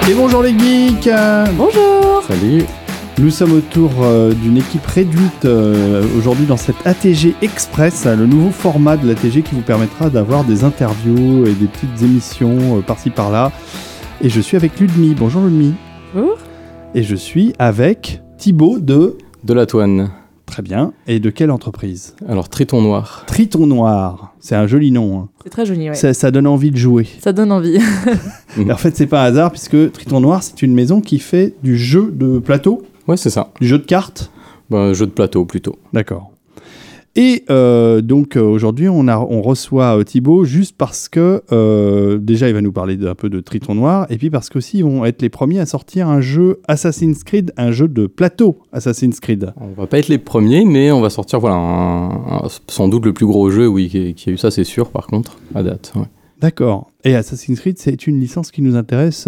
Et bonjour les geeks. Bonjour. Salut. Nous sommes autour d'une équipe réduite aujourd'hui dans cette ATG Express, le nouveau format de l'ATG qui vous permettra d'avoir des interviews et des petites émissions par-ci par-là. Et je suis avec Ludmi. Bonjour Ludmi. Bonjour. Et je suis avec Thibaut de La Toine. Très bien. Et de quelle entreprise? Alors, Triton Noir. Triton Noir. C'est un joli nom. Hein. C'est très joli, ouais. Ça donne envie de jouer. Ça donne envie. En fait, c'est pas un hasard puisque Triton Noir, c'est une maison qui fait du jeu de plateau. Ouais, c'est ça. Du jeu de cartes. Jeu de plateau, plutôt. D'accord. Et donc aujourd'hui, on reçoit Thibaut juste parce que déjà, il va nous parler un peu de Triton Noir, et puis parce qu'aussi, ils vont être les premiers à sortir un jeu Assassin's Creed, un jeu de plateau Assassin's Creed. On va pas être les premiers, mais on va sortir sans doute le plus gros jeu, oui, qui a eu ça, c'est sûr, par contre, à date. Ouais. D'accord. Et Assassin's Creed, c'est une licence qui nous intéresse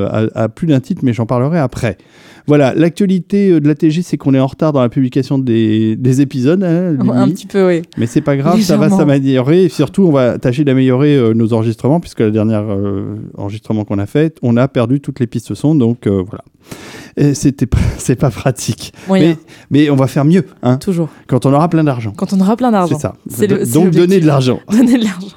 à plus d'un titre, mais j'en parlerai après. Voilà, l'actualité de l'ATG, c'est qu'on est en retard dans la publication des épisodes. Hein, un petit peu, oui. Mais c'est pas grave, Légèrement. ça va s'améliorer. Et surtout, on va tâcher d'améliorer nos enregistrements, puisque la dernière enregistrement qu'on a fait, on a perdu toutes les pistes son, donc voilà. Et c'est pas pratique. Moyen. Mais on va faire mieux, hein, Toujours. quand on aura plein d'argent. Quand on aura plein d'argent. C'est ça. Donc donner de l'argent. Donner de l'argent.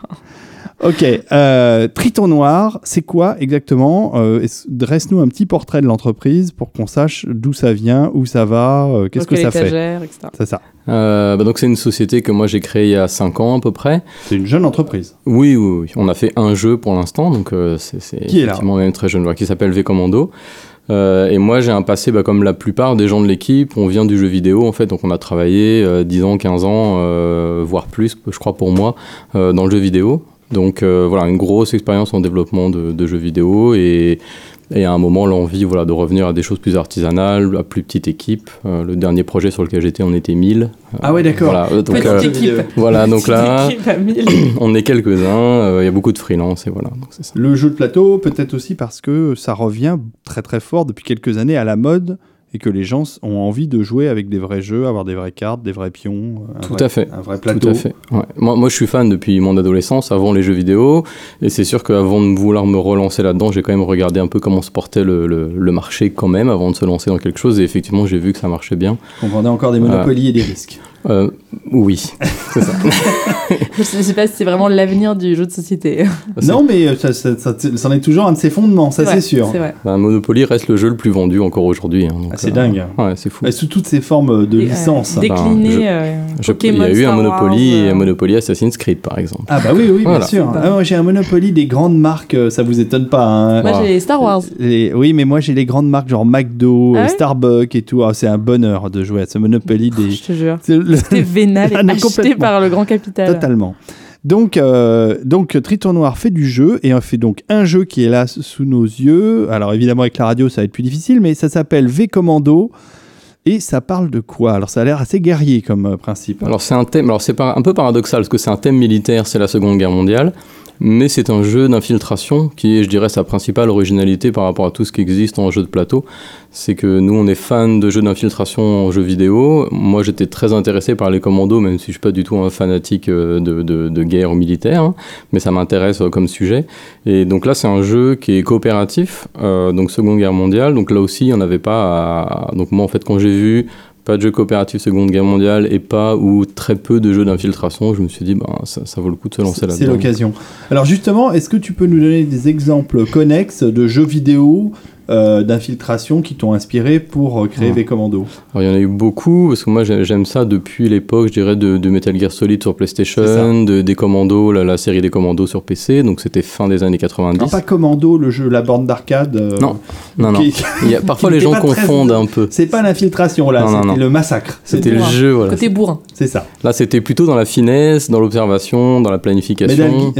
Ok, Triton Noir, c'est quoi exactement? Dresse-nous un petit portrait de l'entreprise pour qu'on sache d'où ça vient, où ça va, qu'est-ce que ça fait. Etc. C'est ça. Donc c'est une société que moi j'ai créée il y a 5 ans à peu près. C'est une jeune entreprise. Oui. On a fait un jeu pour l'instant, donc c'est Qui est là effectivement même très jeune, qui s'appelle V-Commando. Et moi j'ai un passé comme la plupart des gens de l'équipe, on vient du jeu vidéo en fait, donc on a travaillé 10 ans, 15 ans, voire plus je crois pour moi, dans le jeu vidéo. Donc voilà, une grosse expérience en développement de jeux vidéo et à un moment l'envie de revenir à des choses plus artisanales, à plus petite équipe. Le dernier projet sur lequel j'étais, on était 1000. Ah ouais, d'accord. Voilà, donc, Petite équipe. Voilà, donc là, Petite équipe à 1000. on est quelques-uns, il y a beaucoup de freelance et voilà. Donc c'est ça. Le jeu de plateau, peut-être aussi parce que ça revient très très fort depuis quelques années à la mode et que les gens ont envie de jouer avec des vrais jeux, avoir des vraies cartes, des vrais pions. À fait. Un vrai plateau. Tout à fait. Ouais. Moi, je suis fan depuis mon adolescence, avant les jeux vidéo, et c'est sûr qu'avant de vouloir me relancer là-dedans, j'ai quand même regardé un peu comment se portait le marché quand même, avant de se lancer dans quelque chose, et effectivement, j'ai vu que ça marchait bien. On vendait encore des monopolies et des risques. Oui, c'est ça. Je ne sais pas si c'est vraiment l'avenir du jeu de société. Non, mais c'en est toujours un de ses fondements, ça Ouais, c'est sûr. C'est vrai. Monopoly reste le jeu le plus vendu encore aujourd'hui. Hein, donc, C'est dingue. Ouais, c'est fou. Et sous toutes ces formes de licences. Décliné. Il y Pokémon, a eu un Star Monopoly Wars, et un Monopoly Assassin's Creed, par exemple. Ah bah oui, Voilà. bien sûr. Ah, moi j'ai un Monopoly des grandes marques, ça vous étonne pas. Hein. Moi, j'ai Star Wars. Oui, mais moi j'ai les grandes marques genre McDo, Ah ouais Starbucks et tout. Ah, c'est un bonheur de jouer à ce Monopoly des. Je te jure. C'est le- C'était vénal et Ah, non, acheté complètement. par le grand capital. Totalement. Donc Triton Noir fait du jeu et on fait donc un jeu qui est là sous nos yeux. Alors évidemment avec la radio ça va être plus difficile, mais ça s'appelle V-Commando et ça parle de quoi? Alors ça a l'air assez guerrier comme principe. Alors c'est un thème, c'est un peu paradoxal parce que c'est un thème militaire, c'est la Seconde Guerre mondiale, mais c'est un jeu d'infiltration qui est, je dirais, sa principale originalité par rapport à tout ce qui existe en jeu de plateau. C'est que nous, on est fans de jeux d'infiltration en jeu vidéo. Moi, j'étais très intéressé par les commandos, même si je suis pas du tout un fanatique de guerre ou militaire, hein, mais ça m'intéresse comme sujet. Et donc là, c'est un jeu qui est coopératif, donc Seconde Guerre mondiale. Donc là aussi, il n'y en avait pas Donc moi, en fait, quand j'ai vu pas de jeu coopératif Seconde Guerre mondiale et pas ou très peu de jeux d'infiltration, je me suis dit ça vaut le coup de se lancer là-dedans. C'est l'occasion. Alors justement, est-ce que tu peux nous donner des exemples connexes de jeux vidéo d'infiltration qui t'ont inspiré pour créer V-Commando? Alors il y en a eu beaucoup, parce que moi j'aime ça depuis l'époque, je dirais, de Metal Gear Solid sur PlayStation, des Commandos, la série des Commandos sur PC, donc c'était fin des années 90. Alors pas Commando, le jeu, la borne d'arcade. Non. Parfois qui les gens n'était pas très- confondent un peu. C'est pas l'infiltration là, c'était le massacre. C'était le bourrin. jeu, voilà. Côté bourrin. C'est ça. Là c'était plutôt dans la finesse, dans l'observation, dans la planification.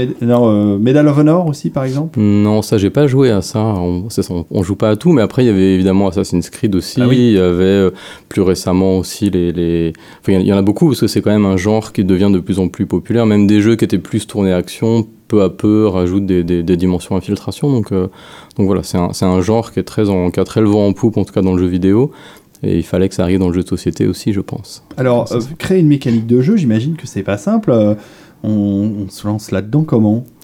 Medal of Honor aussi par exemple. Non, ça j'ai pas joué à ça. On joue pas à tout, mais après il y avait évidemment Assassin's Creed aussi. Ah oui. Il y avait plus récemment aussi Enfin, il y en a beaucoup parce que c'est quand même un genre qui devient de plus en plus populaire. Même des jeux qui étaient plus tournés action, peu à peu rajoutent des dimensions infiltration. Donc voilà, c'est un genre qui a très le vent en poupe en tout cas dans le jeu vidéo. Et il fallait que ça arrive dans le jeu de société aussi, je pense. Alors, créer une mécanique de jeu, j'imagine que c'est pas simple. On se lance là-dedans comment ?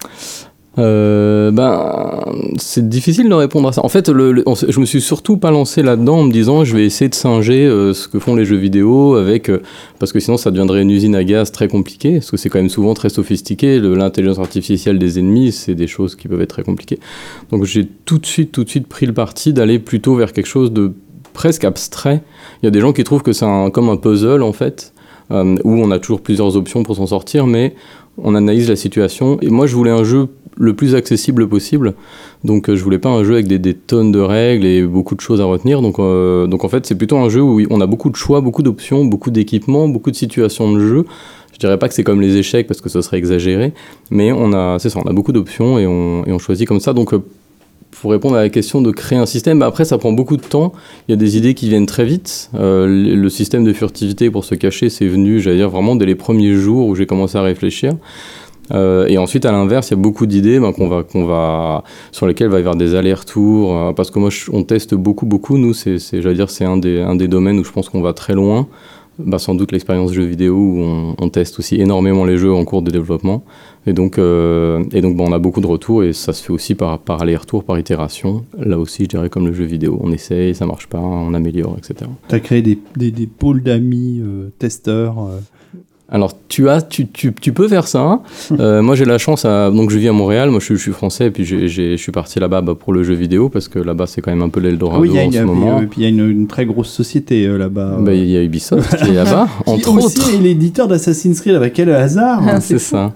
C'est difficile de répondre à ça. En fait, je me suis surtout pas lancé là-dedans en me disant je vais essayer de singer ce que font les jeux vidéo parce que sinon ça deviendrait une usine à gaz très compliquée, parce que c'est quand même souvent très sophistiqué. L'intelligence artificielle des ennemis, c'est des choses qui peuvent être très compliquées. Donc j'ai tout de suite pris le parti d'aller plutôt vers quelque chose de presque abstrait. Il y a des gens qui trouvent que c'est comme un puzzle en fait, où on a toujours plusieurs options pour s'en sortir, mais on analyse la situation. Et moi, je voulais un jeu le plus accessible possible. Donc, je voulais pas un jeu avec des tonnes de règles et beaucoup de choses à retenir. Donc en fait, c'est plutôt un jeu où on a beaucoup de choix, beaucoup d'options, beaucoup d'équipements, beaucoup de situations de jeu. Je dirais pas que c'est comme les échecs parce que ce serait exagéré, mais on a beaucoup d'options et on choisit comme ça. Donc, pour répondre à la question de créer un système, après ça prend beaucoup de temps, il y a des idées qui viennent très vite. Le système de furtivité pour se cacher, c'est venu, j'allais dire, vraiment dès les premiers jours où j'ai commencé à réfléchir. Et ensuite, à l'inverse, il y a beaucoup d'idées sur lesquelles il va y avoir des allers-retours, parce que moi, on teste beaucoup. Nous, c'est un des domaines où je pense qu'on va très loin. Sans doute l'expérience jeu vidéo où on teste aussi énormément les jeux en cours de développement. Et donc on a beaucoup de retours et ça se fait aussi par aller-retour, par itération. Là aussi, je dirais comme le jeu vidéo. On essaye, ça marche pas, on améliore, etc. Tu as créé des pôles d'amis testeurs Alors, tu peux faire ça. Moi, j'ai la chance, donc je vis à Montréal, moi je suis français, et puis je suis parti là-bas pour le jeu vidéo, parce que là-bas, c'est quand même un peu l'Eldorado en ce moment. Puis il y a une très grosse société là-bas. Il y a Ubisoft qui est là-bas, entre autres. Aussi, et l'éditeur d'Assassin's Creed, avec quel hasard c'est ça.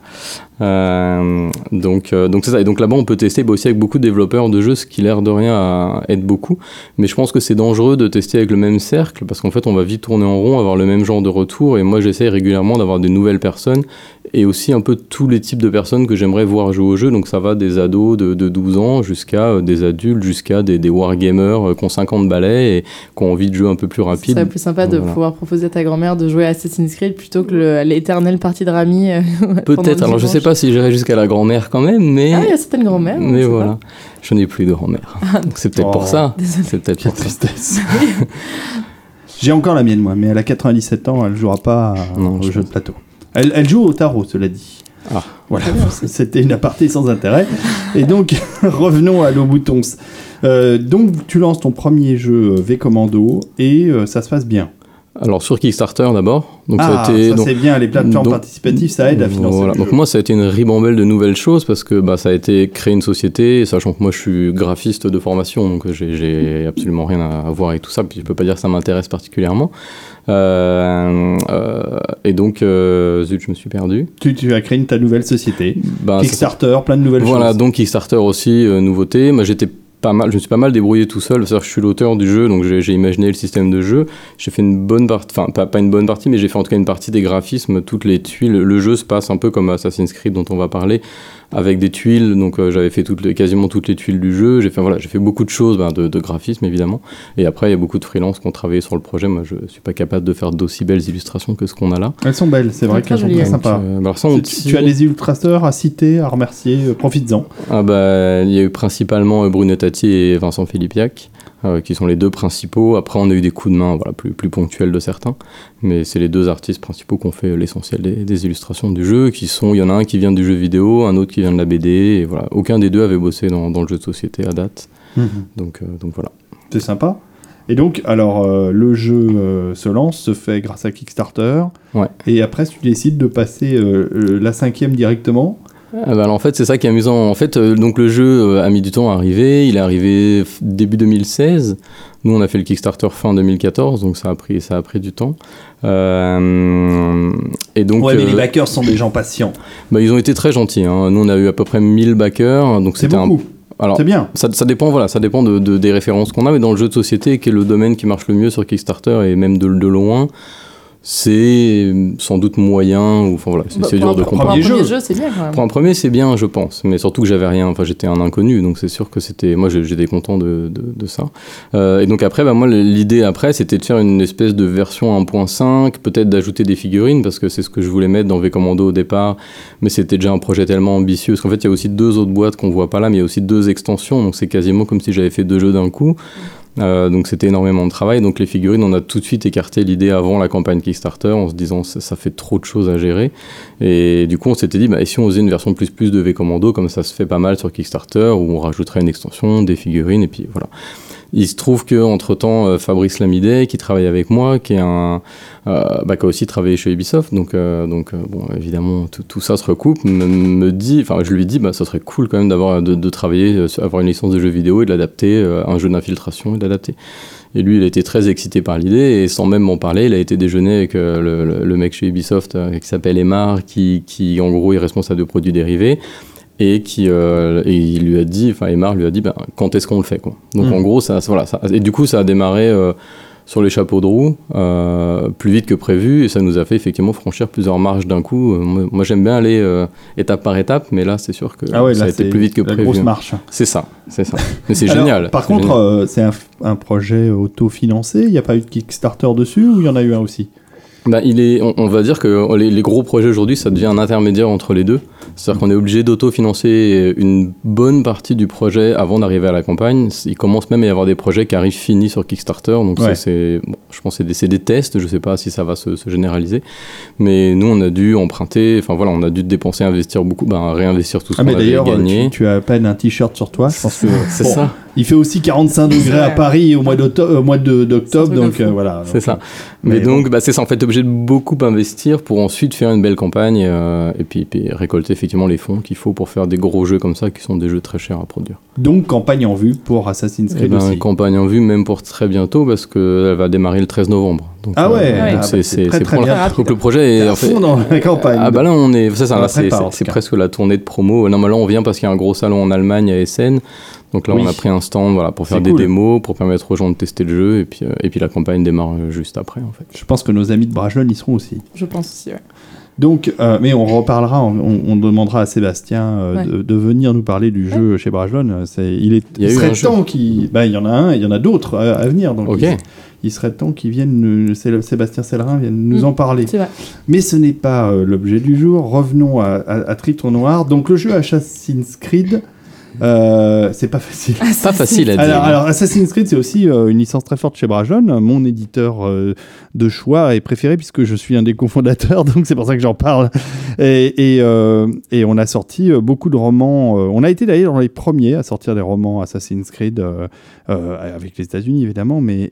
Donc c'est ça. Et donc là-bas, on peut tester aussi avec beaucoup de développeurs de jeux, ce qui l'air de rien aide beaucoup. Mais je pense que c'est dangereux de tester avec le même cercle, parce qu'en fait, on va vite tourner en rond, avoir le même genre de retour. Et moi, j'essaye régulièrement d'avoir des nouvelles personnes et aussi un peu tous les types de personnes que j'aimerais voir jouer au jeu. Donc ça va des ados de 12 ans jusqu'à des adultes, jusqu'à des wargamers qui ont 50 balais et qui ont envie de jouer un peu plus rapide. Ce serait plus sympa de pouvoir proposer à ta grand-mère de jouer à Assassin's Creed plutôt que l'éternelle partie de Rami. Peut-être, alors je sais pas si j'irai jusqu'à la grand-mère quand même, mais... Ah, il y a certaines grand-mères. Mais voilà, je n'ai plus de grand-mère. Donc c'est peut-être pour ça. Désolé. C'est peut-être pour tristesse. J'ai encore la mienne, moi, mais elle a 97 ans, elle ne jouera pas au jeu de plateau. Elle joue au tarot, cela dit. Ah. Voilà, c'était une aparté sans intérêt. Et donc, revenons à l'eau boutons. Donc, tu lances ton premier jeu V-Commando et ça se passe bien. Alors sur Kickstarter d'abord. Donc ça c'est bien, les plateformes participatives, ça aide à financer le jeu. Donc moi ça a été une ribambelle de nouvelles choses parce que ça a été créer une société, sachant que moi je suis graphiste de formation, donc j'ai absolument rien à voir avec tout ça, puis je peux pas dire que ça m'intéresse particulièrement. Et donc zut, je me suis perdu. Tu as créé ta nouvelle société, Kickstarter, plein de nouvelles choses. Voilà, donc Kickstarter aussi, nouveauté. Moi je me suis pas mal débrouillé tout seul, c'est-à-dire que je suis l'auteur du jeu, donc j'ai imaginé le système de jeu, j'ai fait une bonne partie, enfin pas une bonne partie, mais j'ai fait en tout cas une partie des graphismes, toutes les tuiles, le jeu se passe un peu comme Assassin's Creed dont on va parler, avec des tuiles, donc j'avais fait quasiment toutes les tuiles du jeu, j'ai fait beaucoup de choses, de graphisme évidemment, et après il y a beaucoup de freelances qui ont travaillé sur le projet, moi je suis pas capable de faire d'aussi belles illustrations que ce qu'on a là. Elles sont belles, c'est vrai qu'elles sont très sympas. Tu as des illustrateurs à citer, à remercier, profites-en. Il y a eu principalement Bruno Tati et Vincent Filipiac, qui sont les deux principaux. Après on a eu des coups de main plus ponctuels de certains, mais c'est les deux artistes principaux qui ont fait l'essentiel des illustrations du jeu, il y en a un qui vient du jeu vidéo, un autre qui vient de la BD, et voilà, aucun des deux avait bossé dans le jeu de société à date. Donc voilà. C'est sympa. Et donc, alors, le jeu se lance, se fait grâce à Kickstarter, et après tu décides de passer la 5e directement. Alors en fait c'est ça qui est amusant. En fait donc le jeu a mis du temps à arriver. Il est arrivé début 2016. Nous on a fait le Kickstarter fin 2014, donc ça a pris du temps. Et donc mais les backers sont des gens patients. Ils ont été très gentils. Hein. Nous on a eu à peu près 1000 backers, donc c'est beaucoup. Alors, c'est bien. Ça dépend des références qu'on a, mais dans le jeu de société, qui est le domaine qui marche le mieux sur Kickstarter et même de loin. C'est sans doute moyen, ou c'est dur de comprendre. Pour un premier jeu, c'est bien quand même. Pour un premier, c'est bien, je pense, mais surtout que j'avais rien, j'étais un inconnu, donc c'est sûr que moi j'étais content de ça. Et donc après, moi l'idée après, c'était de faire une espèce de version 1.5, peut-être d'ajouter des figurines, parce que c'est ce que je voulais mettre dans V-Commando au départ, mais c'était déjà un projet tellement ambitieux, parce qu'en fait il y a aussi 2 autres boîtes qu'on voit pas là, mais il y a aussi 2 extensions, donc c'est quasiment comme si j'avais fait 2 jeux d'un coup. Donc c'était énormément de travail. Donc les figurines, on a tout de suite écarté l'idée avant la campagne Kickstarter en se disant ça fait trop de choses à gérer. Et du coup, on s'était dit, et si on faisait une version plus de V-Commando, comme ça se fait pas mal sur Kickstarter, où on rajouterait une extension, des figurines, et puis voilà. Il se trouve qu'entre-temps, Fabrice Lamidey, qui travaille avec moi, qui est qui a aussi travaillé chez Ubisoft, donc bon, évidemment, tout ça se recoupe, je lui dis, ça serait cool quand même de travailler, avoir une licence de jeu vidéo et de l'adapter à un jeu d'infiltration et de l'adapter. Et lui, il a été très excité par l'idée, et sans même m'en parler, il a été déjeuner avec le mec chez Ubisoft qui s'appelle Aymar, qui en gros est responsable de produits dérivés. Et il lui a dit, Aymar lui a dit, quand est-ce qu'on le fait, quoi. Donc en gros, et du coup, ça a démarré sur les chapeaux de roue, plus vite que prévu, et ça nous a fait effectivement franchir plusieurs marches d'un coup. Moi, j'aime bien aller étape par étape, mais là, c'est sûr que ça a été plus vite que prévu. La grosse marche. C'est ça. Mais c'est génial. Par contre, c'est un projet autofinancé, il n'y a pas eu de Kickstarter dessus, ou il y en a eu un aussi? On va dire que les gros projets aujourd'hui, ça devient un intermédiaire entre les deux. C'est-à-dire qu'on est obligé d'autofinancer une bonne partie du projet avant d'arriver à la campagne. Il commence même à y avoir des projets qui arrivent finis sur Kickstarter. Donc je pense que c'est des tests. Je ne sais pas si ça va se généraliser. Mais nous, on a dû emprunter. On a dû dépenser, investir beaucoup, réinvestir tout ce qu'on avait gagné. Tu as à peine un t-shirt sur toi. Je pense que c'est ça. Il fait aussi 45 degrés à Paris au mois d'octobre, donc voilà. C'est ça. Mais donc, c'est ça. En fait, t'es obligé de beaucoup investir pour ensuite faire une belle campagne et puis récolter effectivement les fonds qu'il faut pour faire des gros jeux comme ça, qui sont des jeux très chers à produire. Donc, campagne en vue pour Assassin's Creed aussi. Campagne en vue même pour très bientôt, parce qu'elle va démarrer le 13 novembre. Donc, c'est très bien. Donc le projet est à fond dans la campagne. Là, on est. C'est ça. Là, c'est presque la tournée de promo. Là, on vient parce qu'il y a un gros salon en Allemagne à Essen. Donc là, on a pris un stand pour faire des démos, pour permettre aux gens de tester le jeu, et puis la campagne démarre juste après, en fait. Je pense que nos amis de Brajlon y seront aussi. Je pense aussi, ouais. Donc, mais on reparlera, on demandera à Sébastien de venir nous parler du jeu chez Brajlon. Il serait temps qu'il... il y en a un, il y en a d'autres à venir, donc il serait temps qu'il vienne, Sébastien Sellerin vienne nous en parler. C'est vrai. Mais ce n'est pas l'objet du jour. Revenons à Triton Noir. Donc le jeu Assassin's Creed... c'est pas facile. Pas facile à dire. Alors Assassin's Creed, c'est aussi une licence très forte chez Brajlon, mon éditeur de choix et préféré, puisque je suis un des cofondateurs, donc c'est pour ça que j'en parle. Et on a sorti beaucoup de romans. On a été d'ailleurs dans les premiers à sortir des romans Assassin's Creed avec les États-Unis évidemment, mais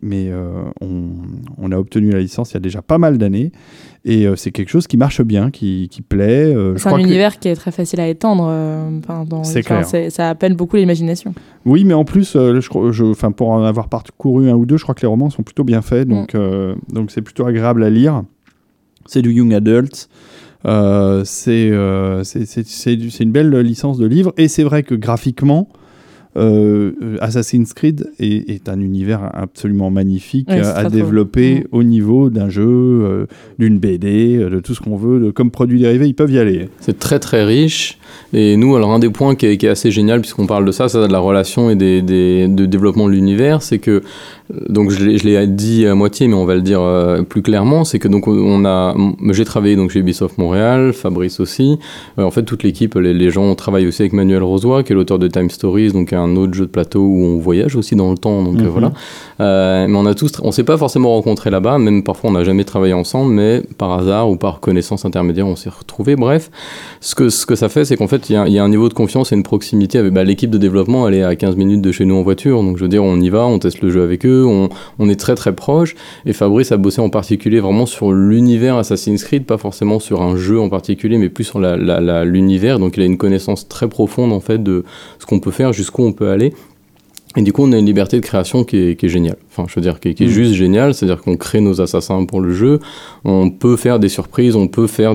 on a obtenu la licence il y a déjà pas mal d'années. Et c'est quelque chose qui marche bien, qui plaît. C'est un univers qui est très facile à étendre. C'est clair. Ça appelle beaucoup l'imagination. Oui, mais en plus, pour en avoir parcouru un ou deux, je crois que les romans sont plutôt bien faits. Donc c'est plutôt agréable à lire. C'est du young adult. C'est une belle licence de livre. Et c'est vrai que graphiquement, Assassin's Creed est un univers absolument magnifique à développer au niveau d'un jeu, d'une BD, de tout ce qu'on veut, comme produits dérivés, ils peuvent y aller. C'est très très riche. Et nous, alors un des points qui est assez génial, puisqu'on parle de ça de la relation et de développement de l'univers, c'est que, donc je l'ai dit à moitié, mais on va le dire plus clairement, c'est que donc j'ai travaillé donc chez Ubisoft Montréal, Fabrice aussi. En fait, toute l'équipe, les gens travaillent aussi avec Manuel Rozoy, qui est l'auteur de Time Stories, donc un autre jeu de plateau où on voyage aussi dans le temps. Donc voilà. Mais on s'est pas forcément rencontrés là-bas, même parfois on n'a jamais travaillé ensemble, mais par hasard ou par connaissance intermédiaire, on s'est retrouvés. Bref, ce que ça fait, c'est qu'en fait, il y a un niveau de confiance et une proximité avec l'équipe de développement. Elle est à 15 minutes de chez nous en voiture, donc je veux dire, on y va, on teste le jeu avec eux, on est très très proche. Et Fabrice a bossé en particulier vraiment sur l'univers Assassin's Creed, pas forcément sur un jeu en particulier, mais plus sur l'univers. Donc il a une connaissance très profonde en fait de ce qu'on peut faire, jusqu'où on peut aller. Et du coup, on a une liberté de création qui est géniale. Enfin, je veux dire, qui est juste géniale. C'est-à-dire qu'on crée nos assassins pour le jeu. On peut faire des surprises, on peut faire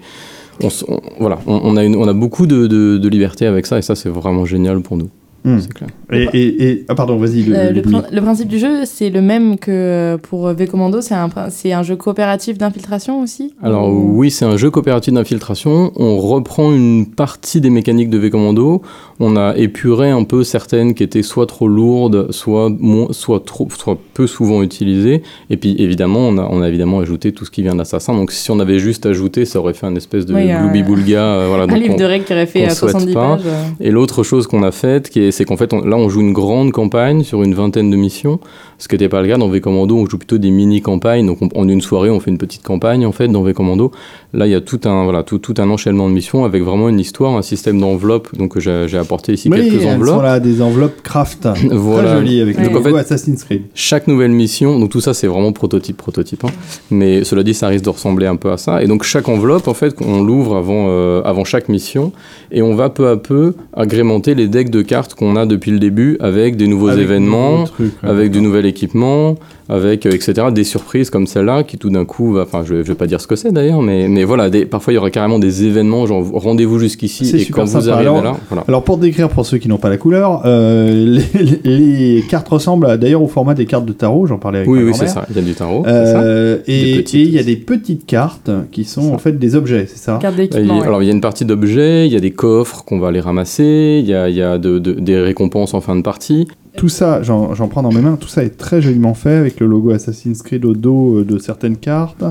on a beaucoup de liberté avec ça, et ça, c'est vraiment génial pour nous. C'est clair. Pardon, vas-y. Le principe du jeu, c'est le même que pour V-Commando. C'est un jeu coopératif d'infiltration aussi. Alors oui, c'est un jeu coopératif d'infiltration. On reprend une partie des mécaniques de V-Commando. On a épuré un peu certaines qui étaient soit trop lourdes, soit peu souvent utilisées. Et puis évidemment, on a évidemment ajouté tout ce qui vient d'Assassin. Donc si on avait juste ajouté, ça aurait fait un espèce de gloubi-boulga. Un livre de règles qui aurait fait 70 pages. Et l'autre chose qu'on a faite, qui est c'est qu'en fait, là, on joue une grande campagne sur une vingtaine de missions, ce qui n'était pas le cas dans V-Commando. On joue plutôt des mini-campagnes, donc en une soirée, on fait une petite campagne, en fait, dans V-Commando. Là, il y a tout un enchaînement de missions avec vraiment une histoire, un système d'enveloppes, donc j'ai apporté ici quelques enveloppes. Sont là, des enveloppes craft, voilà. Très jolies, avec le donc, logo en fait, Assassin's Creed. Chaque nouvelle mission, donc tout ça, c'est vraiment prototype, hein. Mais cela dit, ça risque de ressembler un peu à ça. Et donc, chaque enveloppe, en fait, on l'ouvre avant chaque mission, et on va peu à peu agrémenter les decks de cartes qu'on a depuis le début avec des nouveaux événements, avec du nouvel équipement, avec etc. Des surprises comme celle-là qui tout d'un coup, enfin je vais pas dire ce que c'est d'ailleurs, mais voilà, parfois il y aura carrément des événements genre rendez-vous jusqu'ici et quand vous arrivez là. Voilà. Alors pour décrire pour ceux qui n'ont pas la couleur, les cartes ressemblent d'ailleurs au format des cartes de tarot, j'en parlais avec ma grand-mère. Oui, c'est ça, il y a du tarot. Et il y a des petites cartes qui sont en fait des objets, c'est ça? Cartes d'équipement. Alors il y a une partie d'objets, il y a des coffres qu'on va aller ramasser, il y a des récompenses en fin de partie. Tout ça, j'en prends dans mes mains, tout ça est très joliment fait avec le logo Assassin's Creed au dos de certaines cartes.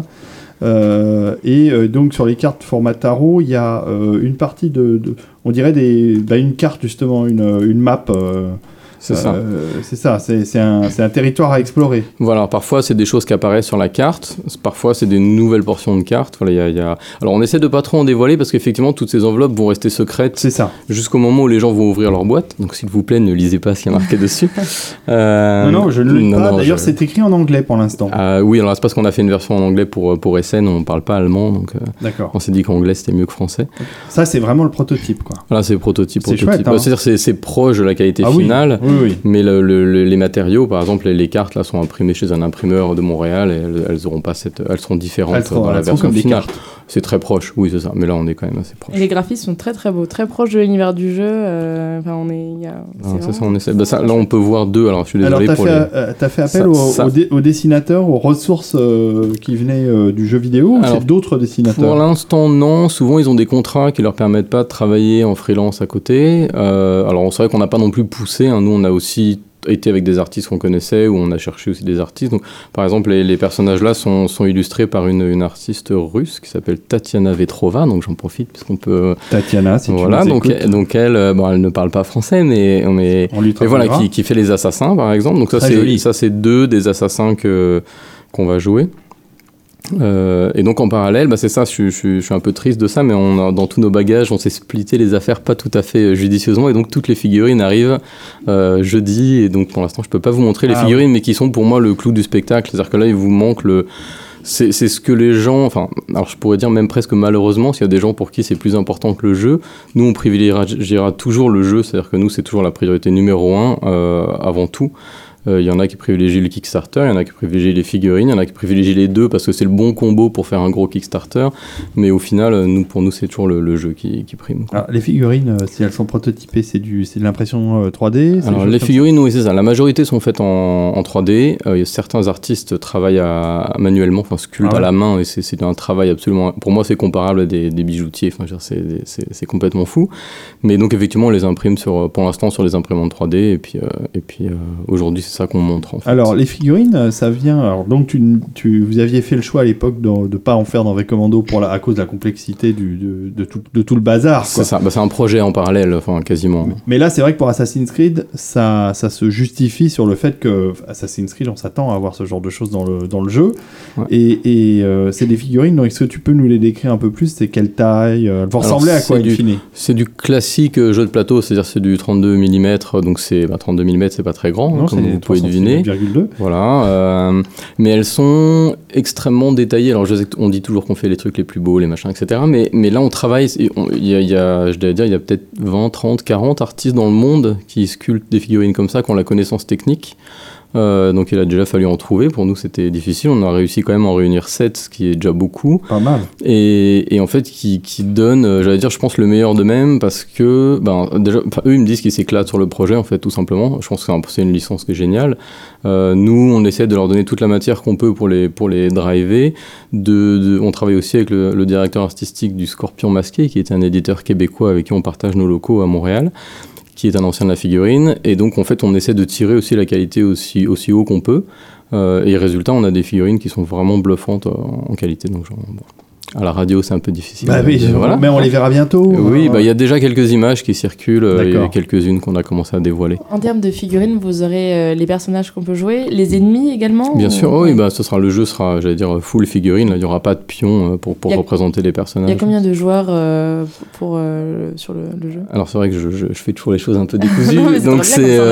Donc sur les cartes format tarot, il y a une partie on dirait une carte justement, une map. C'est ça. C'est un territoire à explorer. Voilà, parfois c'est des choses qui apparaissent sur la carte, parfois c'est des nouvelles portions de cartes. Voilà, Alors on essaie de pas trop en dévoiler parce qu'effectivement toutes ces enveloppes vont rester secrètes. C'est ça. Jusqu'au moment où les gens vont ouvrir leur boîte. Donc s'il vous plaît, ne lisez pas ce qui est marqué dessus. Non, je ne lis pas. D'ailleurs, c'est écrit en anglais pour l'instant. Oui, alors c'est parce qu'on a fait une version en anglais pour SN, on parle pas allemand, donc on s'est dit qu'anglais c'était mieux que français. Ça, c'est vraiment le prototype, quoi. Voilà, c'est le prototype. C'est chouette, hein. C'est-à-dire c'est proche de la qualité finale. Oui. Mais les matériaux, par exemple, les cartes là sont imprimées chez un imprimeur de Montréal et elles auront pas elles seront différentes dans la version finale. C'est très proche, oui c'est ça. Mais là on est quand même assez proche. Et les graphismes sont très très beaux, très proches de l'univers du jeu. C'est ça, on essaie. Là on peut voir deux. Alors je suis désolé pour t'as fait appel aux dessinateurs, aux ressources qui venaient du jeu vidéo, ou c'est d'autres dessinateurs? Pour l'instant non. Souvent ils ont des contrats qui leur permettent pas de travailler en freelance à côté. Alors c'est vrai qu'on n'a pas non plus poussé. Hein. Nous on a aussi été avec des artistes qu'on connaissait, ou on a cherché aussi des artistes. Donc, par exemple, les personnages là sont illustrés par une artiste russe qui s'appelle Tatiana Vetrova, donc j'en profite puisqu'on peut... Tatiana, si voilà, tu nous écoutes. Donc elle ne parle pas français, mais voilà, qui fait les assassins, par exemple. Donc ça c'est deux des assassins qu'on va jouer. Et donc en parallèle, c'est ça, je suis un peu triste de ça, mais dans tous nos bagages, on s'est splitté les affaires pas tout à fait judicieusement, et donc toutes les figurines arrivent jeudi, et donc pour l'instant je peux pas vous montrer les figurines, mais qui sont pour moi le clou du spectacle, c'est-à-dire que là il vous manque c'est ce que les gens, alors je pourrais dire même presque malheureusement, s'il y a des gens pour qui c'est plus important que le jeu, nous on privilégiera toujours le jeu, c'est-à-dire que nous c'est toujours la priorité numéro 1 avant tout. Il y en a qui privilégient le Kickstarter, il y en a qui privilégient les figurines, il y en a qui privilégient les deux parce que c'est le bon combo pour faire un gros Kickstarter, mais au final, pour nous, c'est toujours le jeu qui prime. Alors, les figurines, si elles sont prototypées, c'est de l'impression 3D? Alors, les figurines, oui, c'est ça. La majorité sont faites en 3D. Certains artistes travaillent manuellement, sculptent à la main, et c'est un travail absolument... Pour moi, c'est comparable à des bijoutiers. C'est complètement fou. Mais donc, effectivement, on les imprime pour l'instant sur les imprimantes 3D, et puis aujourd'hui, c'est ça qu'on montre en fait. Alors les figurines, ça vient... Alors, donc vous aviez fait le choix à l'époque de ne pas en faire dans V-Commando à cause de la complexité de tout le bazar, quoi. C'est ça, c'est un projet en parallèle, quasiment. Mais là c'est vrai que pour Assassin's Creed, ça se justifie sur le fait que Assassin's Creed, on s'attend à avoir ce genre de choses dans le jeu. Ouais. Et c'est des figurines, donc est-ce que tu peux nous les décrire un peu plus? C'est quelle taille? Elles vont ressembler à quoi in fine? C'est du classique jeu de plateau, c'est-à-dire c'est du 32 mm, donc 32 mm c'est pas très grand, non, comme vous pouvez deviner. 3,2. Voilà, mais elles sont extrêmement détaillées. Alors je sais qu'on dit toujours qu'on fait les trucs les plus beaux, les machins, etc. Mais là on travaille, il y a peut-être 20, 30, 40 artistes dans le monde qui sculptent des figurines comme ça, qui ont la connaissance technique. Donc il a déjà fallu en trouver. Pour nous c'était difficile, on a réussi quand même à en réunir 7, ce qui est déjà beaucoup. Pas mal. Et en fait qui donne, je pense le meilleur d'eux-mêmes, parce que déjà, eux ils me disent qu'ils s'éclatent sur le projet en fait, tout simplement. Je pense que c'est une licence qui est géniale. Nous on essaie de leur donner toute la matière qu'on peut pour les driver. On travaille aussi avec le directeur artistique du Scorpion Masqué, qui est un éditeur québécois avec qui on partage nos locaux à Montréal, qui est un ancien de la figurine, et donc en fait on essaie de tirer aussi la qualité aussi haut qu'on peut, et résultat on a des figurines qui sont vraiment bluffantes en qualité, donc À la radio, c'est un peu difficile. Bah oui, voilà. mais on les verra bientôt. Oui, il y a déjà quelques images qui circulent, il y a quelques-unes qu'on a commencé à dévoiler. En termes de figurines, vous aurez les personnages qu'on peut jouer, les ennemis également? Bien sûr, oui, le jeu sera, j'allais dire, full figurine, là, il n'y aura pas de pions pour représenter les personnages. Il y a combien de joueurs sur le jeu? Alors c'est vrai que je fais toujours les choses un peu décousues, donc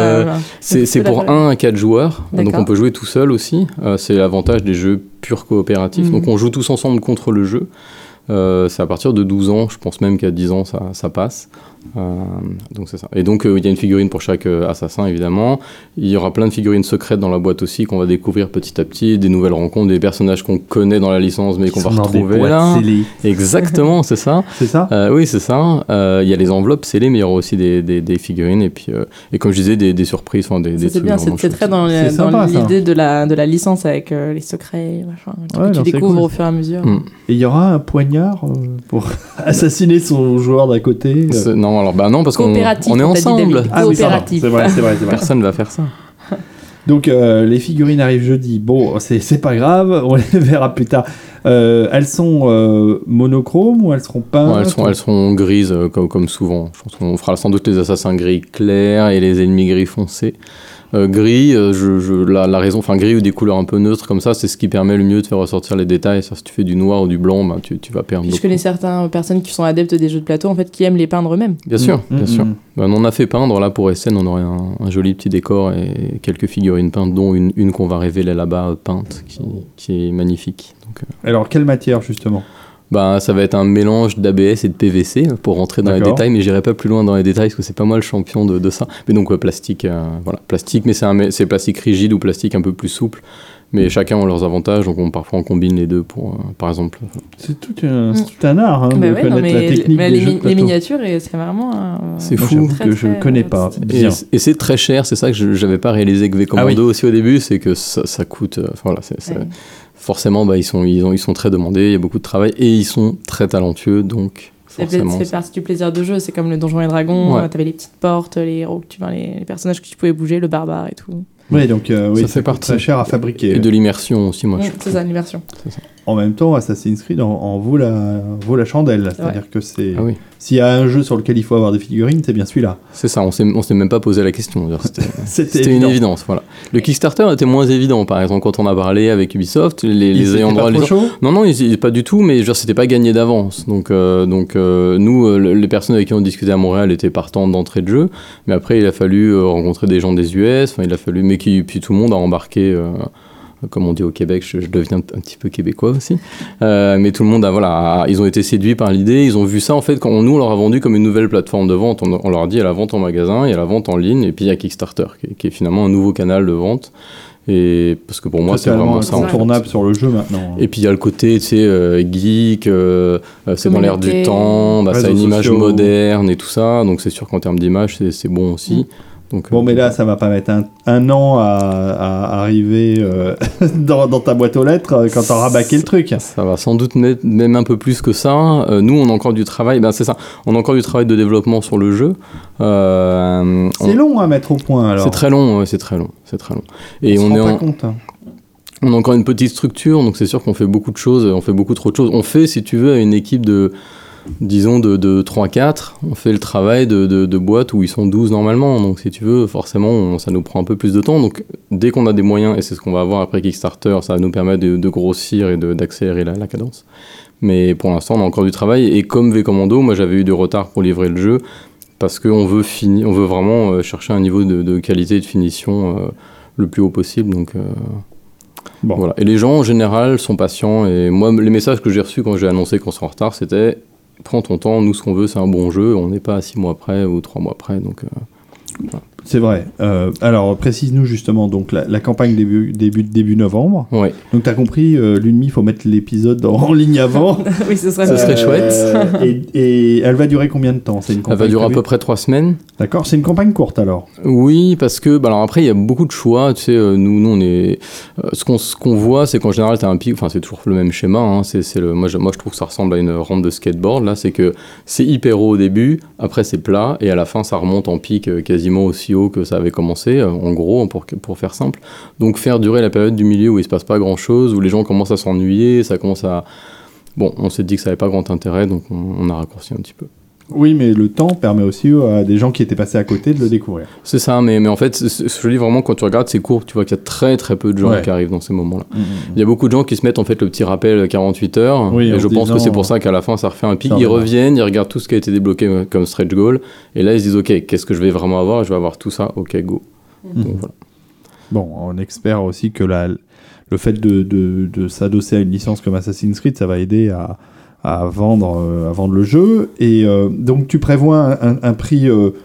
c'est pour 1 à 4 joueurs, donc on peut jouer tout seul aussi, c'est l'avantage des jeux purs coopératifs, donc on joue tous ensemble contre le jeu. C'est à partir de 12 ans, je pense même qu'à 10 ans ça passe. Donc c'est ça. Et donc il y a une figurine pour chaque assassin évidemment. Il y aura plein de figurines secrètes dans la boîte aussi qu'on va découvrir petit à petit, des nouvelles rencontres, des personnages qu'on connaît dans la licence mais qu'on va retrouver là. Scellées. Exactement, c'est ça. C'est ça. Oui, c'est ça. Il y a les enveloppes scellées, mais il y aura aussi des figurines et puis et comme je disais des surprises, enfin des c'est trucs bien, vraiment c'est très dans l'idée de la licence avec les secrets, machin, que tu découvres au fur et à mesure. Et il y aura un poignard pour assassiner son joueur d'à côté. Non, alors non parce qu'on est ensemble. Coopératif. C'est vrai. Personne ne va faire ça. Donc les figurines arrivent jeudi. Bon, c'est pas grave, on les verra plus tard. Elles sont monochromes ou elles seront peintes? Elles seront grises comme souvent. Je pense qu'on fera sans doute les assassins gris clairs et les ennemis gris foncés. Gris, la raison, enfin gris ou des couleurs un peu neutres comme ça, c'est ce qui permet le mieux de faire ressortir les détails. Ça, si tu fais du noir ou du blanc, tu vas perdre. Je connais certaines personnes qui sont adeptes des jeux de plateau en fait, qui aiment les peindre eux-mêmes. Bien sûr. On en a fait peindre là pour SN, on aurait un joli petit décor et quelques figurines peintes, dont une qu'on va révéler là-bas peinte, qui est magnifique. Donc, Alors quelle matière justement? Ça va être un mélange d'ABS et de PVC pour rentrer dans les détails, mais j'irai pas plus loin dans les détails parce que c'est pas moi le champion de ça. Mais donc plastique, plastique, mais c'est plastique rigide ou plastique un peu plus souple. Mais chacun a leurs avantages, donc parfois on combine les deux pour, par exemple. C'est tout un art de connaître la technique des jeux de plateau. Les miniatures, c'est vraiment. C'est fou que je connais pas. Et c'est très cher, c'est ça que j'avais pas réalisé avec V-Commando aussi au début, c'est que ça coûte. Forcément, ils sont très demandés, il y a beaucoup de travail et ils sont très talentueux, donc forcément. Ça fait partie du plaisir de jeu, c'est comme le Donjons et Dragons, t'avais les petites portes, les personnages que tu pouvais bouger, le barbare et tout. Oui, donc ça fait partie. Très cher à fabriquer. Et de l'immersion aussi, moi. C'est ça, l'immersion. En même temps, Assassin's Creed en vaut la chandelle. C'est-à-dire que c'est... Ah oui. S'il y a un jeu sur lequel il faut avoir des figurines, c'est bien celui-là. C'est ça, on s'est même pas posé la question. C'était évident. Une évidence, voilà. Le Kickstarter était moins évident, par exemple, quand on a parlé avec Ubisoft, les ayants droit... Non, pas du tout, mais c'était pas gagné d'avance. Donc nous, les personnes avec qui on discutait à Montréal étaient partantes d'entrée de jeu, mais après, il a fallu rencontrer des gens des US, puis tout le monde a embarqué... comme on dit au Québec, je deviens un petit peu québécois aussi. Mais tout le monde ils ont été séduits par l'idée. Ils ont vu ça, en fait, quand nous, on leur a vendu comme une nouvelle plateforme de vente. On leur a dit, il y a la vente en magasin, il y a la vente en ligne, et puis il y a Kickstarter, qui est finalement un nouveau canal de vente. Et parce que pour moi, c'est vraiment ça. Incontournable sur le jeu maintenant. Et puis il y a le côté, geek, c'est dans l'air du temps, ça a une image moderne et tout ça. Donc c'est sûr qu'en termes d'image, c'est bon aussi. Donc, mais là, ça va pas mettre un an à arriver dans ta boîte aux lettres quand t'auras rabaqué le truc. Ça va sans doute mettre même un peu plus que ça. Nous, on a encore du travail. C'est ça. On a encore du travail de développement sur le jeu. C'est long à mettre au point, alors. C'est très long, c'est très long. Et on se rend pas compte. On a encore une petite structure, donc c'est sûr qu'on fait beaucoup de choses. On fait beaucoup trop de choses. On fait, si tu veux, une équipe de 3-4, on fait le travail de boîte où ils sont 12 normalement, donc si tu veux, forcément, ça nous prend un peu plus de temps, donc dès qu'on a des moyens, et c'est ce qu'on va avoir après Kickstarter, ça va nous permettre de grossir et d'accélérer la cadence. Mais pour l'instant, on a encore du travail, et comme V-Commando, moi j'avais eu du retard pour livrer le jeu, parce qu'on veut vraiment chercher un niveau de qualité et de finition le plus haut possible, donc... Voilà. Et les gens, en général, sont patients, et moi, les messages que j'ai reçus quand j'ai annoncé qu'on serait en retard, c'était... Prends ton temps, nous ce qu'on veut c'est un bon jeu, on n'est pas à 6 mois près ou 3 mois près, donc voilà. C'est vrai. Alors précise-nous justement, donc la campagne début novembre. Ouais. Donc t'as compris, l'UNMI, il faut mettre l'épisode en ligne avant. Oui, ce serait chouette. Et elle va durer combien de temps? Elle va durer à peu près 3 semaines. D'accord, c'est une campagne courte alors. Oui, parce que alors après il y a beaucoup de choix, tu sais, nous on est ce qu'on voit, c'est qu'en général t'as un pic, enfin c'est toujours le même schéma, hein, moi je trouve que ça ressemble à une rampe de skateboard là, c'est que c'est hyper haut au début, après c'est plat et à la fin ça remonte en pic quasiment aussi haut que ça avait commencé, en gros pour faire simple. Donc faire durer la période du milieu où il se passe pas grand chose, où les gens commencent à s'ennuyer, ça commence à Bon, on s'est dit que ça n'avait pas grand intérêt, donc on a raccourci un petit peu. Oui, mais le temps permet aussi à des gens qui étaient passés à côté de le découvrir. C'est ça, mais en fait, je dis vraiment, quand tu regardes ces courbes, tu vois qu'il y a très très peu de gens qui arrivent dans ces moments-là. Il y a beaucoup de gens qui se mettent en fait le petit rappel 48 heures, et je pense que c'est pour ça qu'à la fin, ça refait un pic. Ils reviennent, ils regardent tout ce qui a été débloqué comme stretch goal, et là, ils se disent, ok, qu'est-ce que je vais vraiment avoir? Je vais avoir tout ça, ok, go. Donc, voilà. Bon, on espère aussi que le fait de s'adosser à une licence comme Assassin's Creed, ça va aider à vendre le jeu. Et donc, tu prévois un prix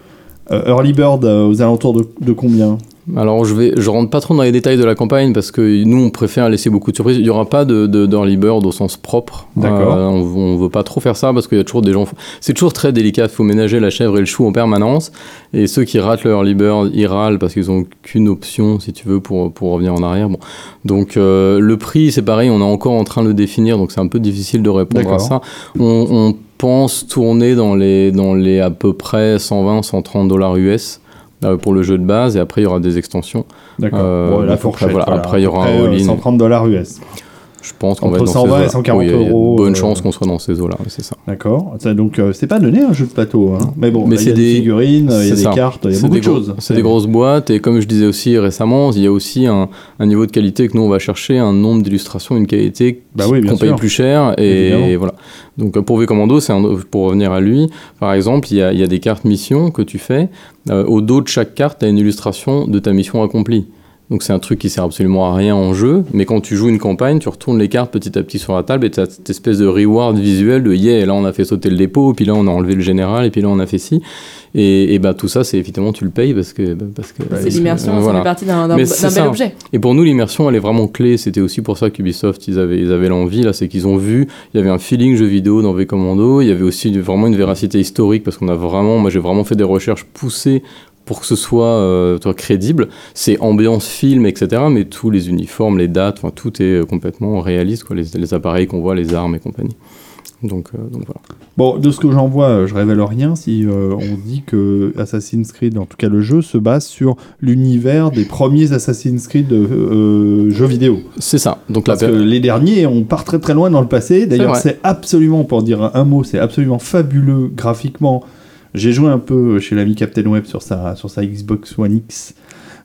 Early Bird aux alentours de combien ? Alors, je rentre pas trop dans les détails de la campagne parce que nous, on préfère laisser beaucoup de surprises. Il n'y aura pas d'early bird au sens propre. D'accord. On veut pas trop faire ça parce qu'il y a toujours des gens... C'est toujours très délicat. Il faut ménager la chèvre et le chou en permanence. Et ceux qui ratent le early bird, ils râlent parce qu'ils n'ont qu'une option, si tu veux, pour revenir en arrière. Bon. Donc, le prix, c'est pareil. On est encore en train de le définir. Donc, c'est un peu difficile de répondre à ça. On pense tourner dans les à peu près 120-130 $ US. Pour le jeu de base, et après il y aura des extensions. D'accord. La fourchette. Voilà. Après il y aura un all-in. 130 $ US. Je pense qu'on va être dans 120 et 140 €. Il y a euros. bonne chance qu'on soit dans ces eaux-là, c'est ça. D'accord. Ça, donc c'est pas donné un jeu de plateau. Hein. Mais bon, mais il y a des figurines, il y a des cartes, il y a beaucoup de choses. C'est des grosses boîtes, et comme je disais aussi récemment, il y a aussi un niveau de qualité que nous on va chercher, un nombre d'illustrations, une qualité qu'on paye plus cher. Et voilà. Donc pour V-Commando, pour revenir à lui, par exemple, il y a des cartes missions que tu fais. Au dos de chaque carte, tu as une illustration de ta mission accomplie. Donc c'est un truc qui sert absolument à rien en jeu, mais quand tu joues une campagne, tu retournes les cartes petit à petit sur la table et tu as cette espèce de reward visuel de yeah, là on a fait sauter le dépôt, puis là on a enlevé le général, et puis là on a fait ci. Et bah, tout ça, c'est effectivement, tu le payes parce que c'est l'immersion, ça fait partie d'un bel objet. Et pour nous, l'immersion, elle est vraiment clé. C'était aussi pour ça qu'Ubisoft, ils avaient l'envie, là, c'est qu'ils ont vu, il y avait un feeling jeu vidéo dans V-Commando, il y avait aussi vraiment une véracité historique, parce qu'on a vraiment, moi j'ai vraiment fait des recherches poussées pour que ce soit crédible. C'est ambiance film, etc. Mais tous les uniformes, les dates, tout est complètement réaliste, quoi, les appareils qu'on voit, les armes et compagnie. Donc voilà. Bon, de ce que j'en vois, je révèle rien si on dit que Assassin's Creed, en tout cas le jeu, se base sur l'univers des premiers Assassin's Creed jeux vidéo. C'est ça. Donc parce que les derniers, on part très très loin dans le passé. D'ailleurs, c'est absolument, pour dire un mot, c'est absolument fabuleux graphiquement. J'ai joué un peu chez l'ami Captain Web sur sa Xbox One X.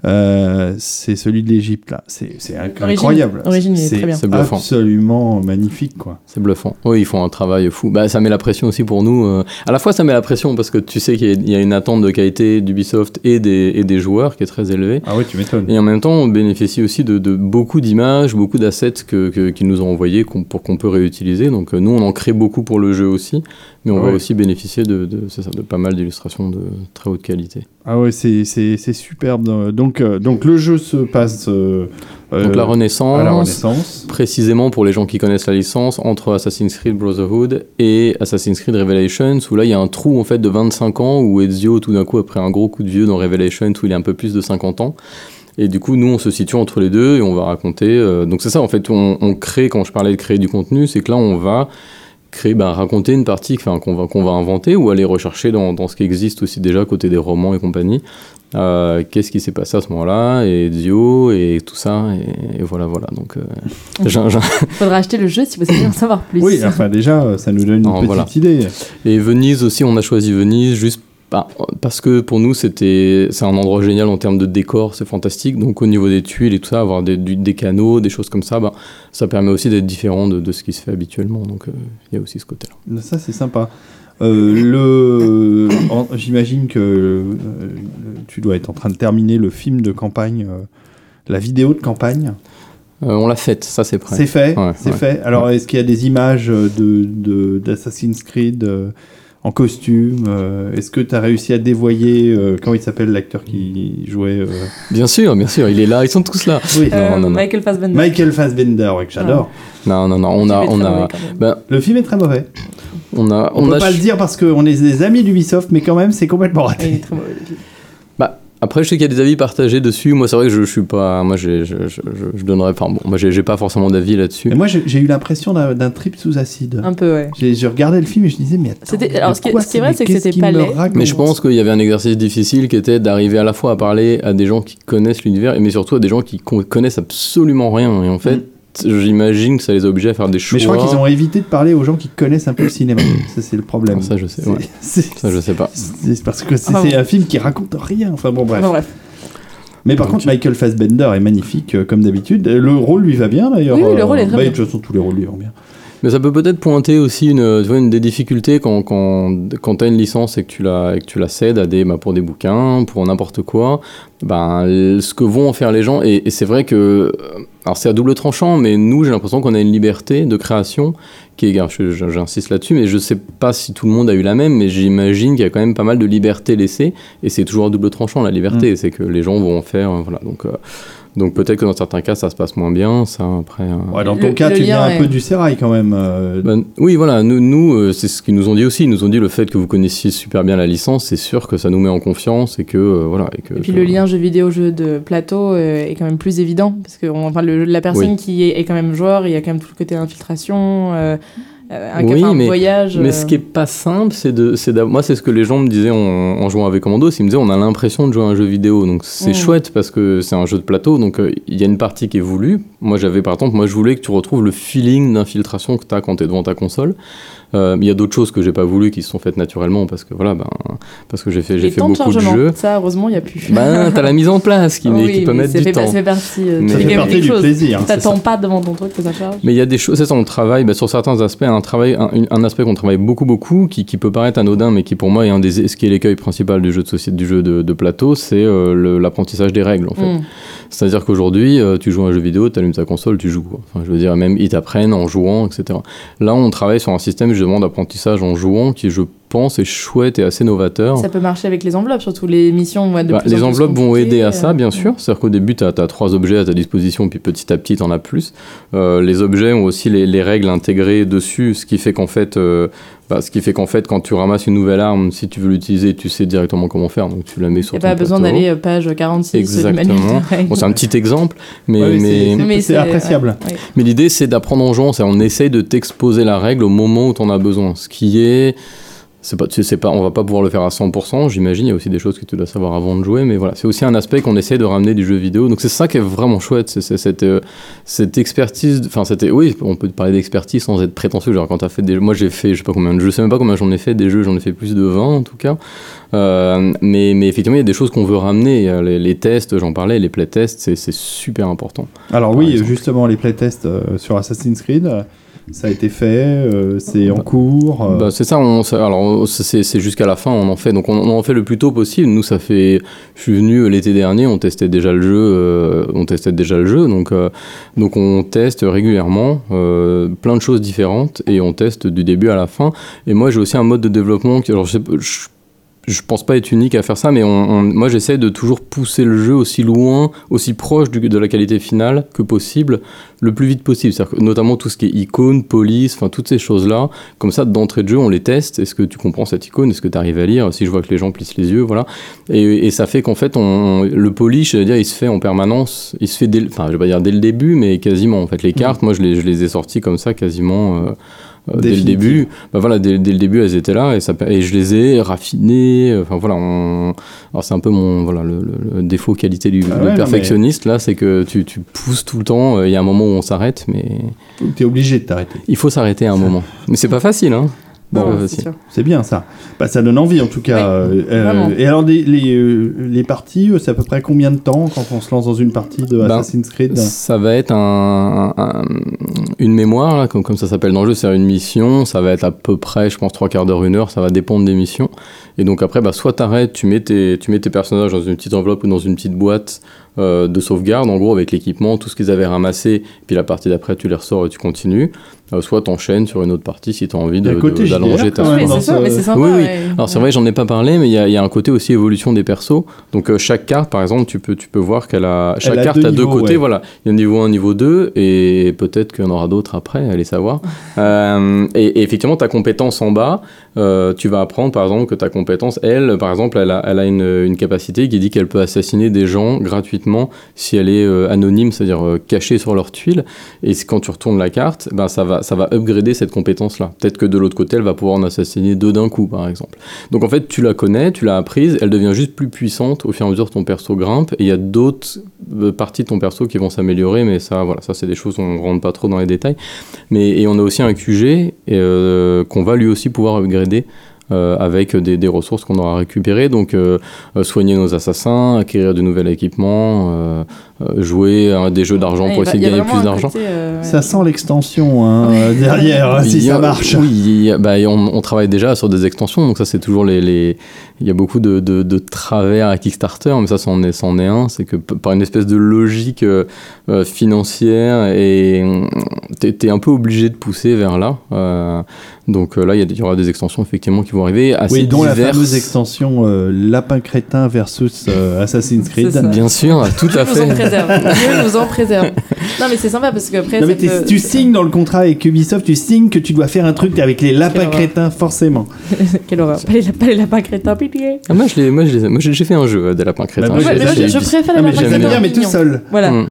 C'est celui de l'Égypte là, c'est incroyable. Origine, il est très bien. C'est bluffant. Absolument magnifique quoi. C'est bluffant. Oui, ils font un travail fou. Bah, ça met la pression aussi pour nous. À la fois, ça met la pression parce que tu sais qu'il y a une attente de qualité d'Ubisoft et des joueurs qui est très élevée. Ah oui, tu m'étonnes. Et en même temps, on bénéficie aussi de beaucoup d'images, beaucoup d'assets qu'ils nous ont envoyés pour qu'on peut réutiliser. Donc nous, on en crée beaucoup pour le jeu aussi, mais on va aussi bénéficier de pas mal d'illustrations de très haute qualité. Ah ouais, c'est superbe. Donc le jeu se passe donc la Renaissance, précisément pour les gens qui connaissent la licence, entre Assassin's Creed Brotherhood et Assassin's Creed Revelations, où là il y a un trou en fait de 25 ans où Ezio tout d'un coup après un gros coup de vieux dans Revelations où il est un peu plus de 50 ans. Et du coup, nous, on se situe entre les deux et on va raconter. Donc c'est ça, en fait, on crée, quand je parlais de créer du contenu, c'est que là, on va raconter une partie qu'on va inventer ou aller rechercher dans ce qui existe aussi déjà côté des romans et compagnie. Qu'est-ce qui s'est passé à ce moment-là, et Ezio et tout ça, et voilà. Donc, faudra acheter le jeu si vous voulez en savoir plus. Oui, enfin déjà, ça nous donne une petite idée. Et Venise aussi, on a choisi Venise juste parce que pour nous c'est un endroit génial en termes de décor, c'est fantastique. Donc au niveau des tuiles et tout ça, avoir des canaux, des choses comme ça, ça permet aussi d'être différent de ce qui se fait habituellement. Donc il y a aussi ce côté-là. Ça c'est sympa. J'imagine que tu dois être en train de terminer le film de campagne, la vidéo de campagne. On l'a faite, ça c'est prêt. C'est fait, fait. Alors est-ce qu'il y a des images d'Assassin's Creed en costume, est-ce que tu as réussi à dévoyer comment il s'appelle l'acteur qui jouait Bien sûr, il est là, ils sont tous là. Oui. Michael Fassbender. Michael Fassbender, ouais, que j'adore. Non, le film est très mauvais. On peut pas le dire parce qu'on est des amis d'Ubisoft, mais quand même c'est complètement raté. Il est très mauvais. Après, je sais qu'il y a des avis partagés dessus. Moi, c'est vrai que je suis pas. Moi, je donnerais. Enfin, bon, moi, j'ai pas forcément d'avis là-dessus. Et moi, j'ai eu l'impression d'un trip sous acide. Un peu, ouais. J'ai regardé le film et je disais, mais attends. Alors, ce qui est vrai, c'est que c'était pas laid. Mais je pense qu'il y avait un exercice difficile qui était d'arriver à la fois à parler à des gens qui connaissent l'univers, mais surtout à des gens qui connaissent absolument rien. Et en fait, j'imagine que ça les a obligés à faire des choix. Mais je crois qu'ils ont évité de parler aux gens qui connaissent un peu le cinéma. Ça, c'est le problème. Ça, je sais, ouais. Ça, je sais pas. C'est parce que c'est un film qui raconte rien. Enfin bon, bref. Bon, bref. Mais par contre, Michael Fassbender est magnifique, comme d'habitude. Le rôle lui va bien, d'ailleurs. Oui, le rôle est très bien. De toute façon, tous les rôles lui vont bien. Mais ça peut peut-être pointer aussi une des difficultés quand tu as une licence et que tu la cèdes à pour des bouquins, pour n'importe quoi, ce que vont en faire les gens, et c'est vrai que, alors c'est à double tranchant, mais nous, j'ai l'impression qu'on a une liberté de création qui est, j'insiste là-dessus, mais je sais pas si tout le monde a eu la même, mais j'imagine qu'il y a quand même pas mal de liberté laissée, et c'est toujours à double tranchant, la liberté, c'est que les gens vont en faire, voilà, donc peut-être que dans certains cas ça se passe moins bien, ça après. Ouais, dans ton cas, tu viens un peu du sérail quand même. Oui, voilà, nous c'est ce qu'ils nous ont dit aussi. Ils nous ont dit le fait que vous connaissiez super bien la licence, c'est sûr que ça nous met en confiance et que voilà. Et puis le lien jeu vidéo jeu de plateau est quand même plus évident parce que la personne qui est quand même joueur, il y a quand même tout le côté infiltration. Un voyage. Mais ce qui est pas simple, moi, c'est ce que les gens me disaient en jouant avec Commandos. Ils me disaient, on a l'impression de jouer à un jeu vidéo. Donc, c'est chouette parce que c'est un jeu de plateau. Donc, il y a une partie qui est voulue. Moi, je voulais que tu retrouves le feeling d'infiltration que tu as quand tu es devant ta console. Il y a d'autres choses que j'ai pas voulu qui se sont faites naturellement parce que j'ai fait beaucoup de jeux. Ça, heureusement, il y a plus. T'as la mise en place qui peut mettre du temps. Ça fait partie du plaisir. T'attends pas devant ton truc que ça charge. Mais il y a des choses, c'est ça, on travaille sur certains aspects, un aspect qu'on travaille beaucoup, qui peut paraître anodin, mais qui pour moi est ce qui est l'écueil principal du jeu de société, du jeu de plateau, c'est l'apprentissage des règles en fait. C'est-à-dire qu'aujourd'hui, tu joues à un jeu vidéo, tu allumes ta console, tu joues. Enfin, je veux dire, même ils t'apprennent en jouant, etc. Là, on travaille sur un système justement d'apprentissage en jouant qui, je pense, est chouette et assez novateur. Ça peut marcher avec les enveloppes, surtout les missions. Les enveloppes vont aider à ça, bien sûr. C'est-à-dire qu'au début, tu as 3 objets à ta disposition, puis petit à petit, tu en as plus. Les objets ont aussi les règles intégrées dessus, ce qui fait qu'en fait, quand tu ramasses une nouvelle arme, si tu veux l'utiliser, tu sais directement comment faire, donc tu la mets sur ton plateau. Il n'y a pas besoin d'aller page 46 du manuel de règles. Bon, c'est un petit exemple, mais c'est appréciable. Ouais. Mais l'idée, c'est d'apprendre en jouant. On essaye de t'exposer la règle au moment où tu en as besoin, ce qui est... on va pas pouvoir le faire à 100%, j'imagine, il y a aussi des choses que tu dois savoir avant de jouer, mais voilà, c'est aussi un aspect qu'on essaie de ramener du jeu vidéo, donc c'est ça qui est vraiment chouette, c'est cette expertise, oui, on peut parler d'expertise sans être prétentieux, genre quand t'as fait moi j'ai fait, je sais même pas combien j'en ai fait des jeux, j'en ai fait plus de 20 en tout cas, mais effectivement il y a des choses qu'on veut ramener, les tests, j'en parlais, les playtests, c'est super important. Alors oui, justement, les playtests sur Assassin's Creed... Ça a été fait, c'est en cours. C'est ça. Alors c'est jusqu'à la fin, on en fait. Donc on en fait le plus tôt possible. Nous, je suis venu l'été dernier, on testait déjà le jeu. Donc on teste régulièrement plein de choses différentes et on teste du début à la fin. Et moi, j'ai aussi un mode de développement qui, alors je pense pas être unique à faire ça, mais moi j'essaie de toujours pousser le jeu aussi loin, aussi proche de la qualité finale que possible, le plus vite possible. C'est-à-dire que, notamment tout ce qui est icône, police, enfin toutes ces choses-là, comme ça d'entrée de jeu on les teste. Est-ce que tu comprends cette icône? Est-ce que tu arrives à lire? Si je vois que les gens plissent les yeux, voilà. Et ça fait qu'en fait le polish, c'est-à-dire il se fait en permanence, il se fait je vais pas dire dès le début, mais quasiment en fait. Les cartes, moi je les ai sorties comme ça quasiment. Dès le début, dès le début elles étaient là et je les ai raffinées. Enfin voilà, alors c'est un peu le défaut qualité du perfectionniste là, c'est que tu pousses tout le temps. Il y a un moment où on s'arrête, mais t'es obligé de t'arrêter. Il faut s'arrêter à un moment, mais c'est pas facile, hein. Bon, c'est bien ça. Ça donne envie en tout cas. Et alors les parties, c'est à peu près combien de temps quand on se lance dans une partie de Assassin's Creed? Ça va être une mémoire, là, comme ça s'appelle dans le jeu, c'est une mission. Ça va être à peu près, je pense, 3/4 d'heure, 1 heure. Ça va dépendre des missions. Et donc après, soit t'arrêtes, tu mets tes personnages dans une petite enveloppe ou dans une petite boîte de sauvegarde, en gros, avec l'équipement, tout ce qu'ils avaient ramassé. Puis la partie d'après, tu les ressors et tu continues. Soit t'enchaînes sur une autre partie si t'as envie d'allonger ta mais c'est ça, mais c'est sympa. Oui. Alors c'est vrai, j'en ai pas parlé, mais il y a un côté aussi évolution des persos. Donc chaque carte, par exemple, tu peux voir chaque carte a 2 côtés. Voilà, il y a niveau 1, niveau 2, et peut-être qu'il y en aura d'autres après, allez savoir. Et effectivement, ta compétence en bas, tu vas apprendre par exemple que ta compétence, elle, par exemple, elle a une capacité qui dit qu'elle peut assassiner des gens gratuitement si elle est anonyme, c'est-à-dire cachée sur leur tuile. Et quand tu retournes la carte, ça va upgrader cette compétence-là. Peut-être que de l'autre côté, elle va pouvoir en assassiner 2 d'un coup, par exemple. Donc en fait, tu la connais, tu l'as apprise, elle devient juste plus puissante au fur et à mesure que ton perso grimpe. Et il y a d'autres parties de ton perso qui vont s'améliorer, mais ça c'est des choses, on ne rentre pas trop dans les détails. Et on a aussi un QG qu'on va lui aussi pouvoir upgrader avec des ressources qu'on aura récupérées, donc soigner nos assassins, acquérir de nouveaux équipements, jouer à des jeux d'argent pour essayer de gagner plus d'argent. Ça sent l'extension derrière, si ça marche. Oui, on travaille déjà sur des extensions, donc ça c'est toujours il y a beaucoup de travers à Kickstarter, mais ça c'en est un, c'est que par une espèce de logique financière, et t'es un peu obligé de pousser vers là. Donc là, il y aura des extensions effectivement qui vont arriver, assez dont diverses. La fameuse extension Lapin Crétin versus Assassin's Creed. Bien sûr, tout à fait. Dieu nous en préserve. Non, mais c'est sympa parce qu'après. Tu signes dans le contrat avec Ubisoft, tu signes que tu dois faire un truc avec les lapins crétins, forcément. Quelle horreur. Pas les lapins crétins, pitié. Moi, j'ai fait un jeu des lapins crétins. Je préfère les lapins crétins. J'aime bien, mais tout seul. Voilà.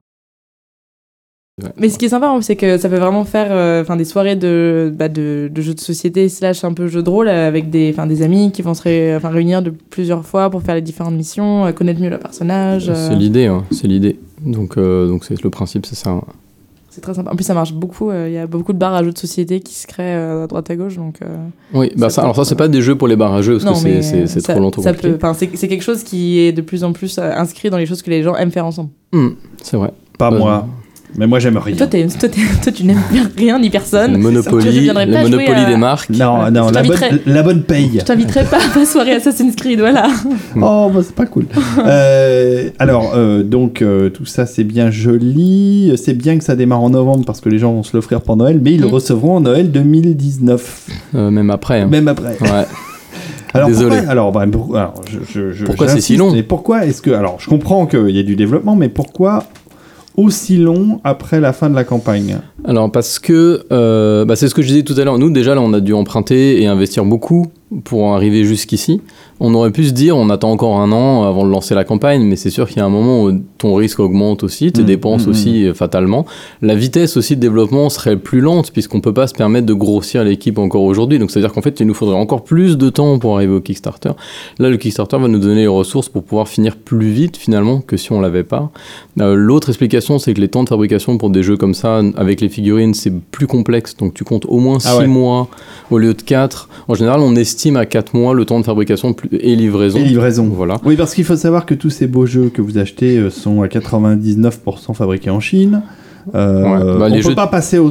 Mais ce qui est sympa, c'est que ça peut vraiment faire des soirées de jeux de société / un peu jeux de rôle avec des amis qui vont se réunir de plusieurs fois pour faire les différentes missions, connaître mieux le personnage. C'est l'idée, c'est l'idée. Donc c'est le principe, c'est ça. C'est très sympa. En plus, ça marche beaucoup. Il y a beaucoup de bars à jeux de société qui se créent à droite à gauche. Donc, oui, ça, c'est pas des jeux pour les bars à jeux, parce que c'est trop longtemps. C'est quelque chose qui est de plus en plus inscrit dans les choses que les gens aiment faire ensemble. C'est vrai. Pas moi. Mais moi, j'aime rien. Toi, tu n'aimes rien ni personne. Le Monopoly des marques. Non, la bonne paye. Je t'inviterai pas à ma soirée Assassin's Creed, voilà. Oh, c'est pas cool. Alors, donc, tout ça, c'est bien joli. C'est bien que ça démarre en novembre parce que les gens vont se l'offrir pour Noël, mais ils le recevront en Noël 2019. Même après. Même après. Ouais. Alors, désolé. Pourquoi c'est si long ? Et pourquoi est-ce que... Alors, je comprends qu'il y a du développement, mais pourquoi aussi long après la fin de la campagne ? Alors parce que c'est ce que je disais tout à l'heure, nous déjà là on a dû emprunter et investir beaucoup pour en arriver jusqu'ici. On aurait pu se dire on attend encore 1 an avant de lancer la campagne, mais c'est sûr qu'il y a un moment où ton risque augmente aussi, tes dépenses aussi fatalement. La vitesse aussi de développement serait plus lente puisqu'on peut pas se permettre de grossir l'équipe encore aujourd'hui, donc c'est à dire qu'en fait il nous faudrait encore plus de temps pour arriver au Kickstarter. Là le Kickstarter va nous donner les ressources pour pouvoir finir plus vite finalement que si on l'avait pas. L'autre explication c'est que les temps de fabrication pour des jeux comme ça avec les figurines c'est plus complexe, donc tu comptes au moins 6 mois au lieu de 4. En général on estime à 4 mois le temps de fabrication et livraison. Voilà. Oui, parce qu'il faut savoir que tous ces beaux jeux que vous achetez sont à 99% fabriqués en Chine. On peut pas passer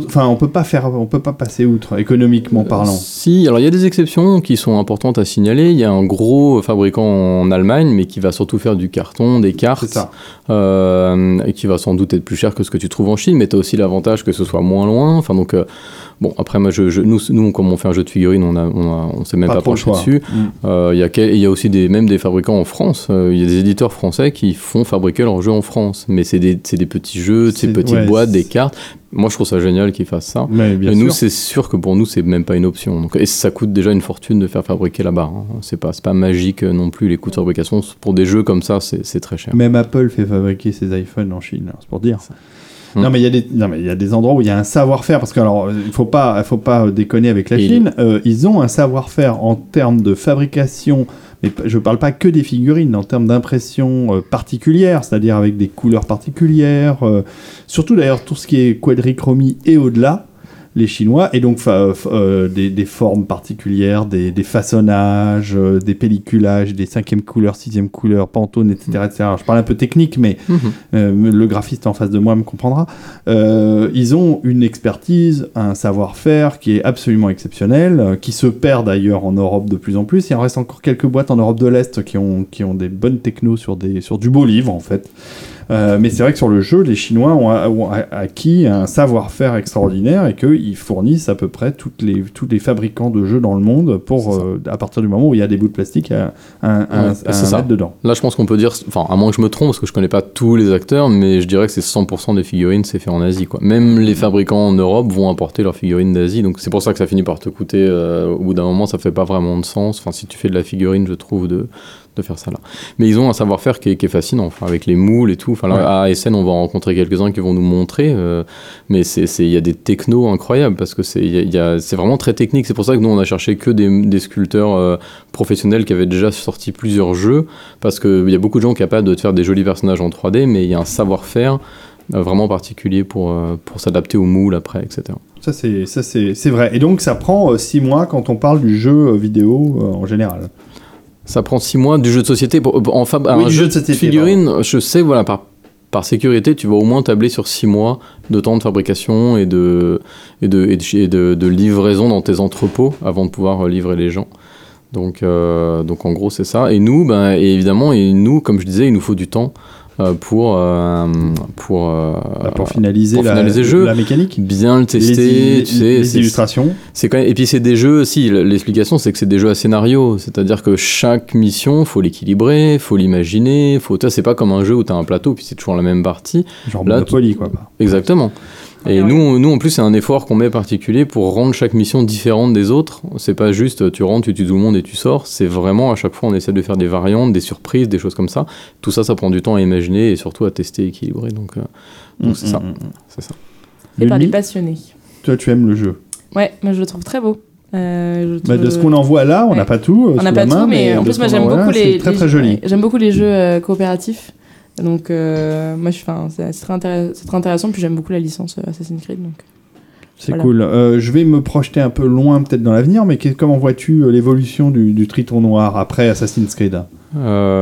outre économiquement parlant. Si, alors il y a des exceptions qui sont importantes à signaler. Il y a un gros fabricant en Allemagne, mais qui va surtout faire du carton, des cartes, c'est ça. Et qui va sans doute être plus cher que ce que tu trouves en Chine, mais tu as aussi l'avantage que ce soit moins loin. Enfin donc bon, après moi nous comme on fait un jeu de figurines, on s'est même pas penché dessus. Il y a aussi même des fabricants en France. Il y a des éditeurs français qui font fabriquer leurs jeux en France, mais c'est des petits jeux, ces petites boîtes, des cartes. Moi, je trouve ça génial qu'ils fassent ça. Mais nous, c'est sûr que pour nous, c'est même pas une option. Donc, et ça coûte déjà une fortune de faire fabriquer là-bas. Hein. C'est pas magique non plus, les coûts de fabrication. Pour des jeux comme ça, c'est très cher. Même Apple fait fabriquer ses iPhones en Chine, c'est pour dire. Non, mais il y a des endroits où il y a un savoir-faire, parce que alors il faut pas déconner avec la Chine. Ils ont un savoir-faire en termes de fabrication, mais je parle pas que des figurines, en termes d'impression particulière, c'est-à-dire avec des couleurs particulières, surtout d'ailleurs tout ce qui est quadrichromie et au-delà. Les Chinois, et donc des formes particulières, des façonnages, des pelliculages, des 5e couleurs, 6e couleurs, Pantone, etc. Alors, je parle un peu technique, mais le graphiste en face de moi me comprendra. Ils ont une expertise, un savoir-faire qui est absolument exceptionnel, qui se perd d'ailleurs en Europe de plus en plus. Il en reste encore quelques boîtes en Europe de l'Est qui ont des bonnes technos sur du beau livre, en fait. Mais c'est vrai que sur le jeu, les Chinois ont acquis un savoir-faire extraordinaire et qu'ils fournissent à peu près tous les fabricants de jeux dans le monde pour, à partir du moment où il y a des bouts de plastique à mettre dedans. Là, je pense qu'on peut dire, enfin, à moins que je me trompe, parce que je connais pas tous les acteurs, mais je dirais que c'est 100% des figurines, c'est fait en Asie, quoi. Même les fabricants en Europe vont importer leurs figurines d'Asie, donc c'est pour ça que ça finit par te coûter, au bout d'un moment, ça fait pas vraiment de sens. Enfin, si tu fais de la figurine, je trouve, de faire ça là. Mais ils ont un savoir-faire qui est fascinant, enfin, avec les moules et tout. Enfin, là, à ASN, on va en rencontrer quelques-uns qui vont nous montrer, mais il y a des technos incroyables, parce que c'est vraiment très technique. C'est pour ça que nous, on a cherché que des sculpteurs professionnels qui avaient déjà sorti plusieurs jeux, parce qu'il y a beaucoup de gens capables de faire des jolis personnages en 3D, mais il y a un savoir-faire vraiment particulier pour s'adapter aux moules après, etc. Ça, c'est vrai. Et donc, ça prend 6 mois quand on parle du jeu vidéo en général. Ça prend 6 mois du jeu de société. Un jeu de société, figurine, pardon. Je sais, voilà, par sécurité, tu vas au moins tabler sur 6 mois de temps de fabrication et de livraison dans tes entrepôts avant de pouvoir livrer les gens. Donc en gros, c'est ça. Et nous, évidemment, comme je disais, il nous faut du temps pour finaliser le jeu, la mécanique, bien le tester, les illustrations. C'est quand même, et puis c'est des jeux. Si l'explication, c'est que c'est des jeux à scénario, c'est-à-dire que chaque mission, faut l'équilibrer, faut l'imaginer, c'est pas comme un jeu où t'as un plateau puis c'est toujours la même partie. Genre Monopoly, quoi. Exactement. Et nous, en plus, c'est un effort qu'on met particulier pour rendre chaque mission différente des autres. C'est pas juste tu rentres, tu tues tout le monde et tu sors. C'est vraiment, à chaque fois, on essaie de faire des variantes, des surprises, des choses comme ça. Tout ça, ça prend du temps à imaginer et surtout à tester, équilibrer. Donc c'est ça. C'est ça. Et par les passionnés. Toi, tu aimes le jeu? Ouais, moi je le trouve très beau. De ce qu'on en voit là, on n'a pas tout. On n'a pas tout, mais en plus, moi j'aime beaucoup c'est très joli. J'aime beaucoup les jeux coopératifs. Donc, moi, c'est très intéressant. Puis j'aime beaucoup la licence Assassin's Creed. Donc, c'est cool. Je vais me projeter un peu loin, peut-être dans l'avenir, mais comment vois-tu l'évolution du Triton Noir après Assassin's Creed? Nous,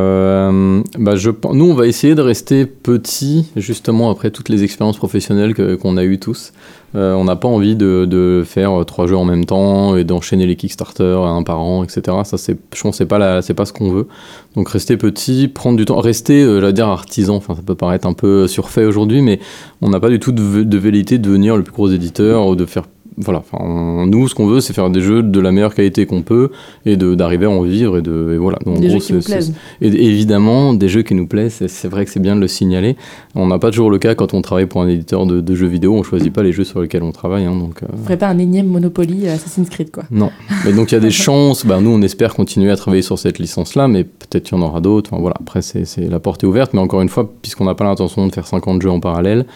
on va essayer de rester petit, justement, après toutes les expériences professionnelles qu'on a eues tous. On n'a pas envie de faire 3 jeux en même temps et d'enchaîner les Kickstarter un par an, etc. Ça, je pense que c'est pas ce qu'on veut. Donc rester petit, prendre du temps, rester, j'allais dire artisan. Enfin, ça peut paraître un peu surfait aujourd'hui, mais on n'a pas du tout de velléité de devenir le plus gros éditeur ou de faire. Voilà, nous, ce qu'on veut, c'est faire des jeux de la meilleure qualité qu'on peut et d'arriver à en vivre et voilà. Donc, des jeux qui nous plaisent. Et évidemment, des jeux qui nous plaisent, c'est vrai que c'est bien de le signaler. On n'a pas toujours le cas quand on travaille pour un éditeur de jeux vidéo, on choisit pas les jeux sur lesquels on travaille. Donc, on ferait pas un énième Monopoly Assassin's Creed, quoi. Non. Mais donc, il y a des chances. Nous, on espère continuer à travailler sur cette licence-là, mais peut-être qu'il y en aura d'autres. Enfin, voilà. Après, c'est la porte est ouverte, mais encore une fois, puisqu'on n'a pas l'intention de faire 50 jeux en parallèle,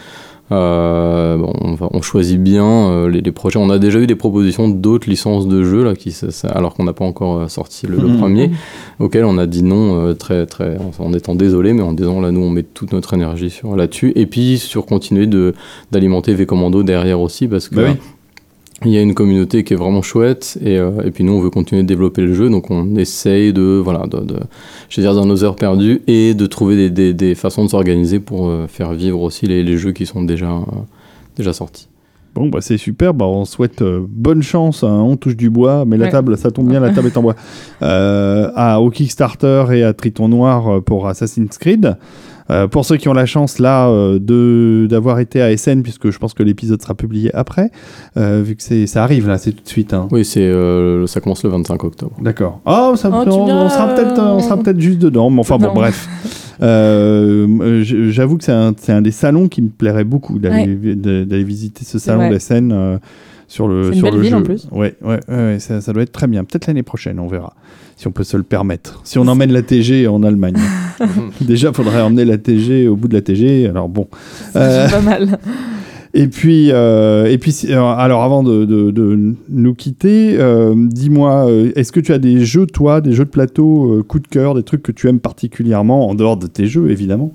on choisit bien les projets. On a déjà eu des propositions d'autres licences de jeux là, alors qu'on n'a pas encore sorti le premier, auquel on a dit non très, très, en étant désolé, mais en disant là nous on met toute notre énergie là-dessus, et puis sur continuer d'alimenter V-Commando derrière aussi, parce que il y a une communauté qui est vraiment chouette et puis nous on veut continuer de développer le jeu, donc on essaye je veux dire, dans nos heures perdues et de trouver des façons de s'organiser pour faire vivre aussi les jeux qui sont déjà sortis. Bon, c'est super, on souhaite bonne chance, hein, on touche du bois, mais la table, ça tombe bien, la table est en bois, au Kickstarter et à Triton Noir pour Assassin's Creed. Pour ceux qui ont la chance là d'avoir été à SN, puisque je pense que l'épisode sera publié après, vu que ça arrive là, c'est tout de suite. Hein. Oui, ça commence le 25 octobre. D'accord. On sera peut-être juste dedans, mais enfin bon, bref. J'avoue que c'est un des salons qui me plairait beaucoup d'aller visiter ce salon d'SN. Sur le ville jeu. En plus. Ouais, ça doit être très bien. Peut-être l'année prochaine, on verra. Si on peut se le permettre. Si on emmène la TG en Allemagne. Déjà, il faudrait emmener la TG au bout de la TG. Alors bon. C'est pas mal. Et puis alors avant de nous quitter, dis-moi, est-ce que tu as des jeux de plateau, coup de cœur, des trucs que tu aimes particulièrement, en dehors de tes jeux, évidemment?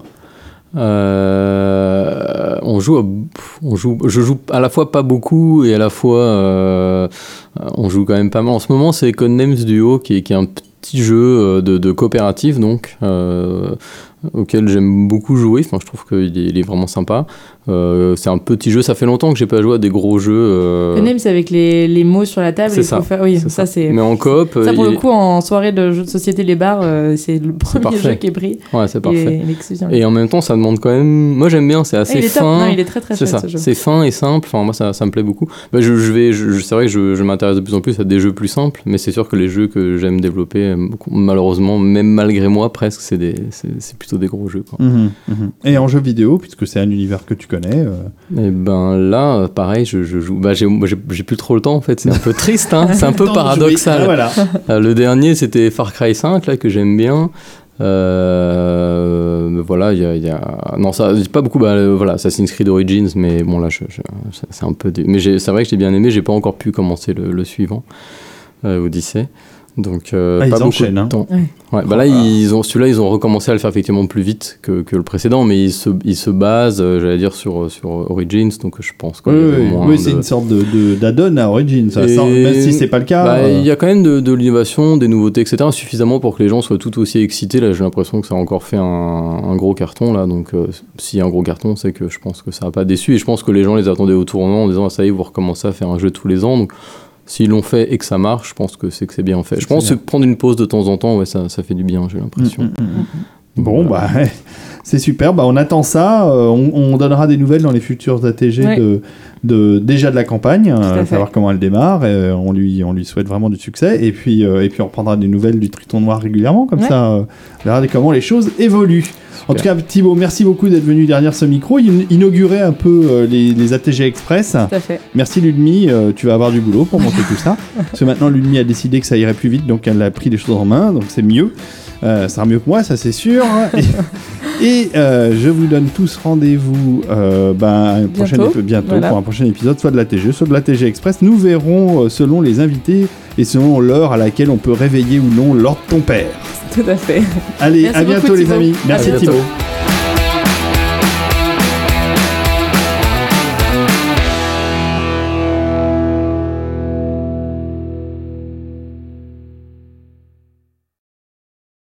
Je joue à la fois pas beaucoup et à la fois on joue quand même pas mal. En ce moment, c'est Codenames Duo qui est un petit jeu de coopérative, donc auquel j'aime beaucoup jouer. Enfin, je trouve qu'il est vraiment sympa. C'est un petit jeu, ça fait longtemps que j'ai pas joué à des gros jeux. Name, c'est avec les mots sur la table. C'est ça. Oui, ça c'est. Mais en coop. Ça pour le coup, en soirée de jeux de société, les bars, c'est le premier jeu qui est pris. Ouais, c'est parfait. Et en même temps, ça demande quand même. Moi, j'aime bien, c'est assez fin. Non, il est très très chouette ce jeu. C'est fin et simple. Enfin, moi, ça me plaît beaucoup. Bah, c'est vrai que je m'intéresse de plus en plus à des jeux plus simples, mais c'est sûr que les jeux que j'aime développer, malheureusement, même malgré moi, presque, c'est plutôt des gros jeux, quoi. Et en jeu vidéo, puisque c'est un univers que tu connais. Et ben là, pareil, je joue. Bah, j'ai plus trop le temps en fait. C'est un peu triste, hein. C'est un peu paradoxal. Voilà. Le dernier, c'était Far Cry 5 là que j'aime bien. Voilà, il y a non, ça pas beaucoup. Voilà, Assassin's Creed Origins, mais bon là, c'est un peu. Mais c'est vrai que j'ai bien aimé. J'ai pas encore pu commencer le suivant, Odyssey. Donc pas beaucoup de temps. Ouais, bah là celui-là ils ont recommencé à le faire effectivement plus vite que le précédent, mais il se base, j'allais dire sur Origins, donc je pense que c'est une sorte d'add-on à Origins, même si c'est pas le cas. Il y a quand même de l'innovation, des nouveautés, etc. suffisamment pour que les gens soient tout aussi excités. Là, j'ai l'impression que ça a encore fait un gros carton là, donc s'il y a un gros carton, c'est que je pense que ça a pas déçu, et je pense que les gens les attendaient au tournant en disant ça y est, vous recommencez à faire un jeu tous les ans, donc s'ils l'ont fait et que ça marche, je pense que c'est bien fait. Je pense que prendre une pause de temps en temps, ouais, ça fait du bien, j'ai l'impression. Bon, voilà. C'est super. On attend ça. On donnera des nouvelles dans les futurs ATG déjà de la campagne, savoir comment elle démarre. On lui souhaite vraiment du succès. Et puis on reprendra des nouvelles du Triton Noir régulièrement. Comme ça, on verra comment les choses évoluent. Super. En tout cas, Thibaut, merci beaucoup d'être venu derrière ce micro. Inaugurer un peu les ATG Express. Tout à fait. Merci Ludmie, tu vas avoir du boulot pour monter tout ça. Parce que maintenant, Ludmie a décidé que ça irait plus vite, donc elle a pris les choses en main, donc c'est mieux. Ça sera mieux que moi, ça c'est sûr. Et je vous donne tous rendez-vous bientôt voilà. Pour un prochain épisode, soit de l'ATG, soit de l'ATG Express. Nous verrons selon les invités et selon l'heure à laquelle on peut réveiller ou non Lord ton père. Tout à fait. Allez, à bientôt les amis. Merci Thibaut.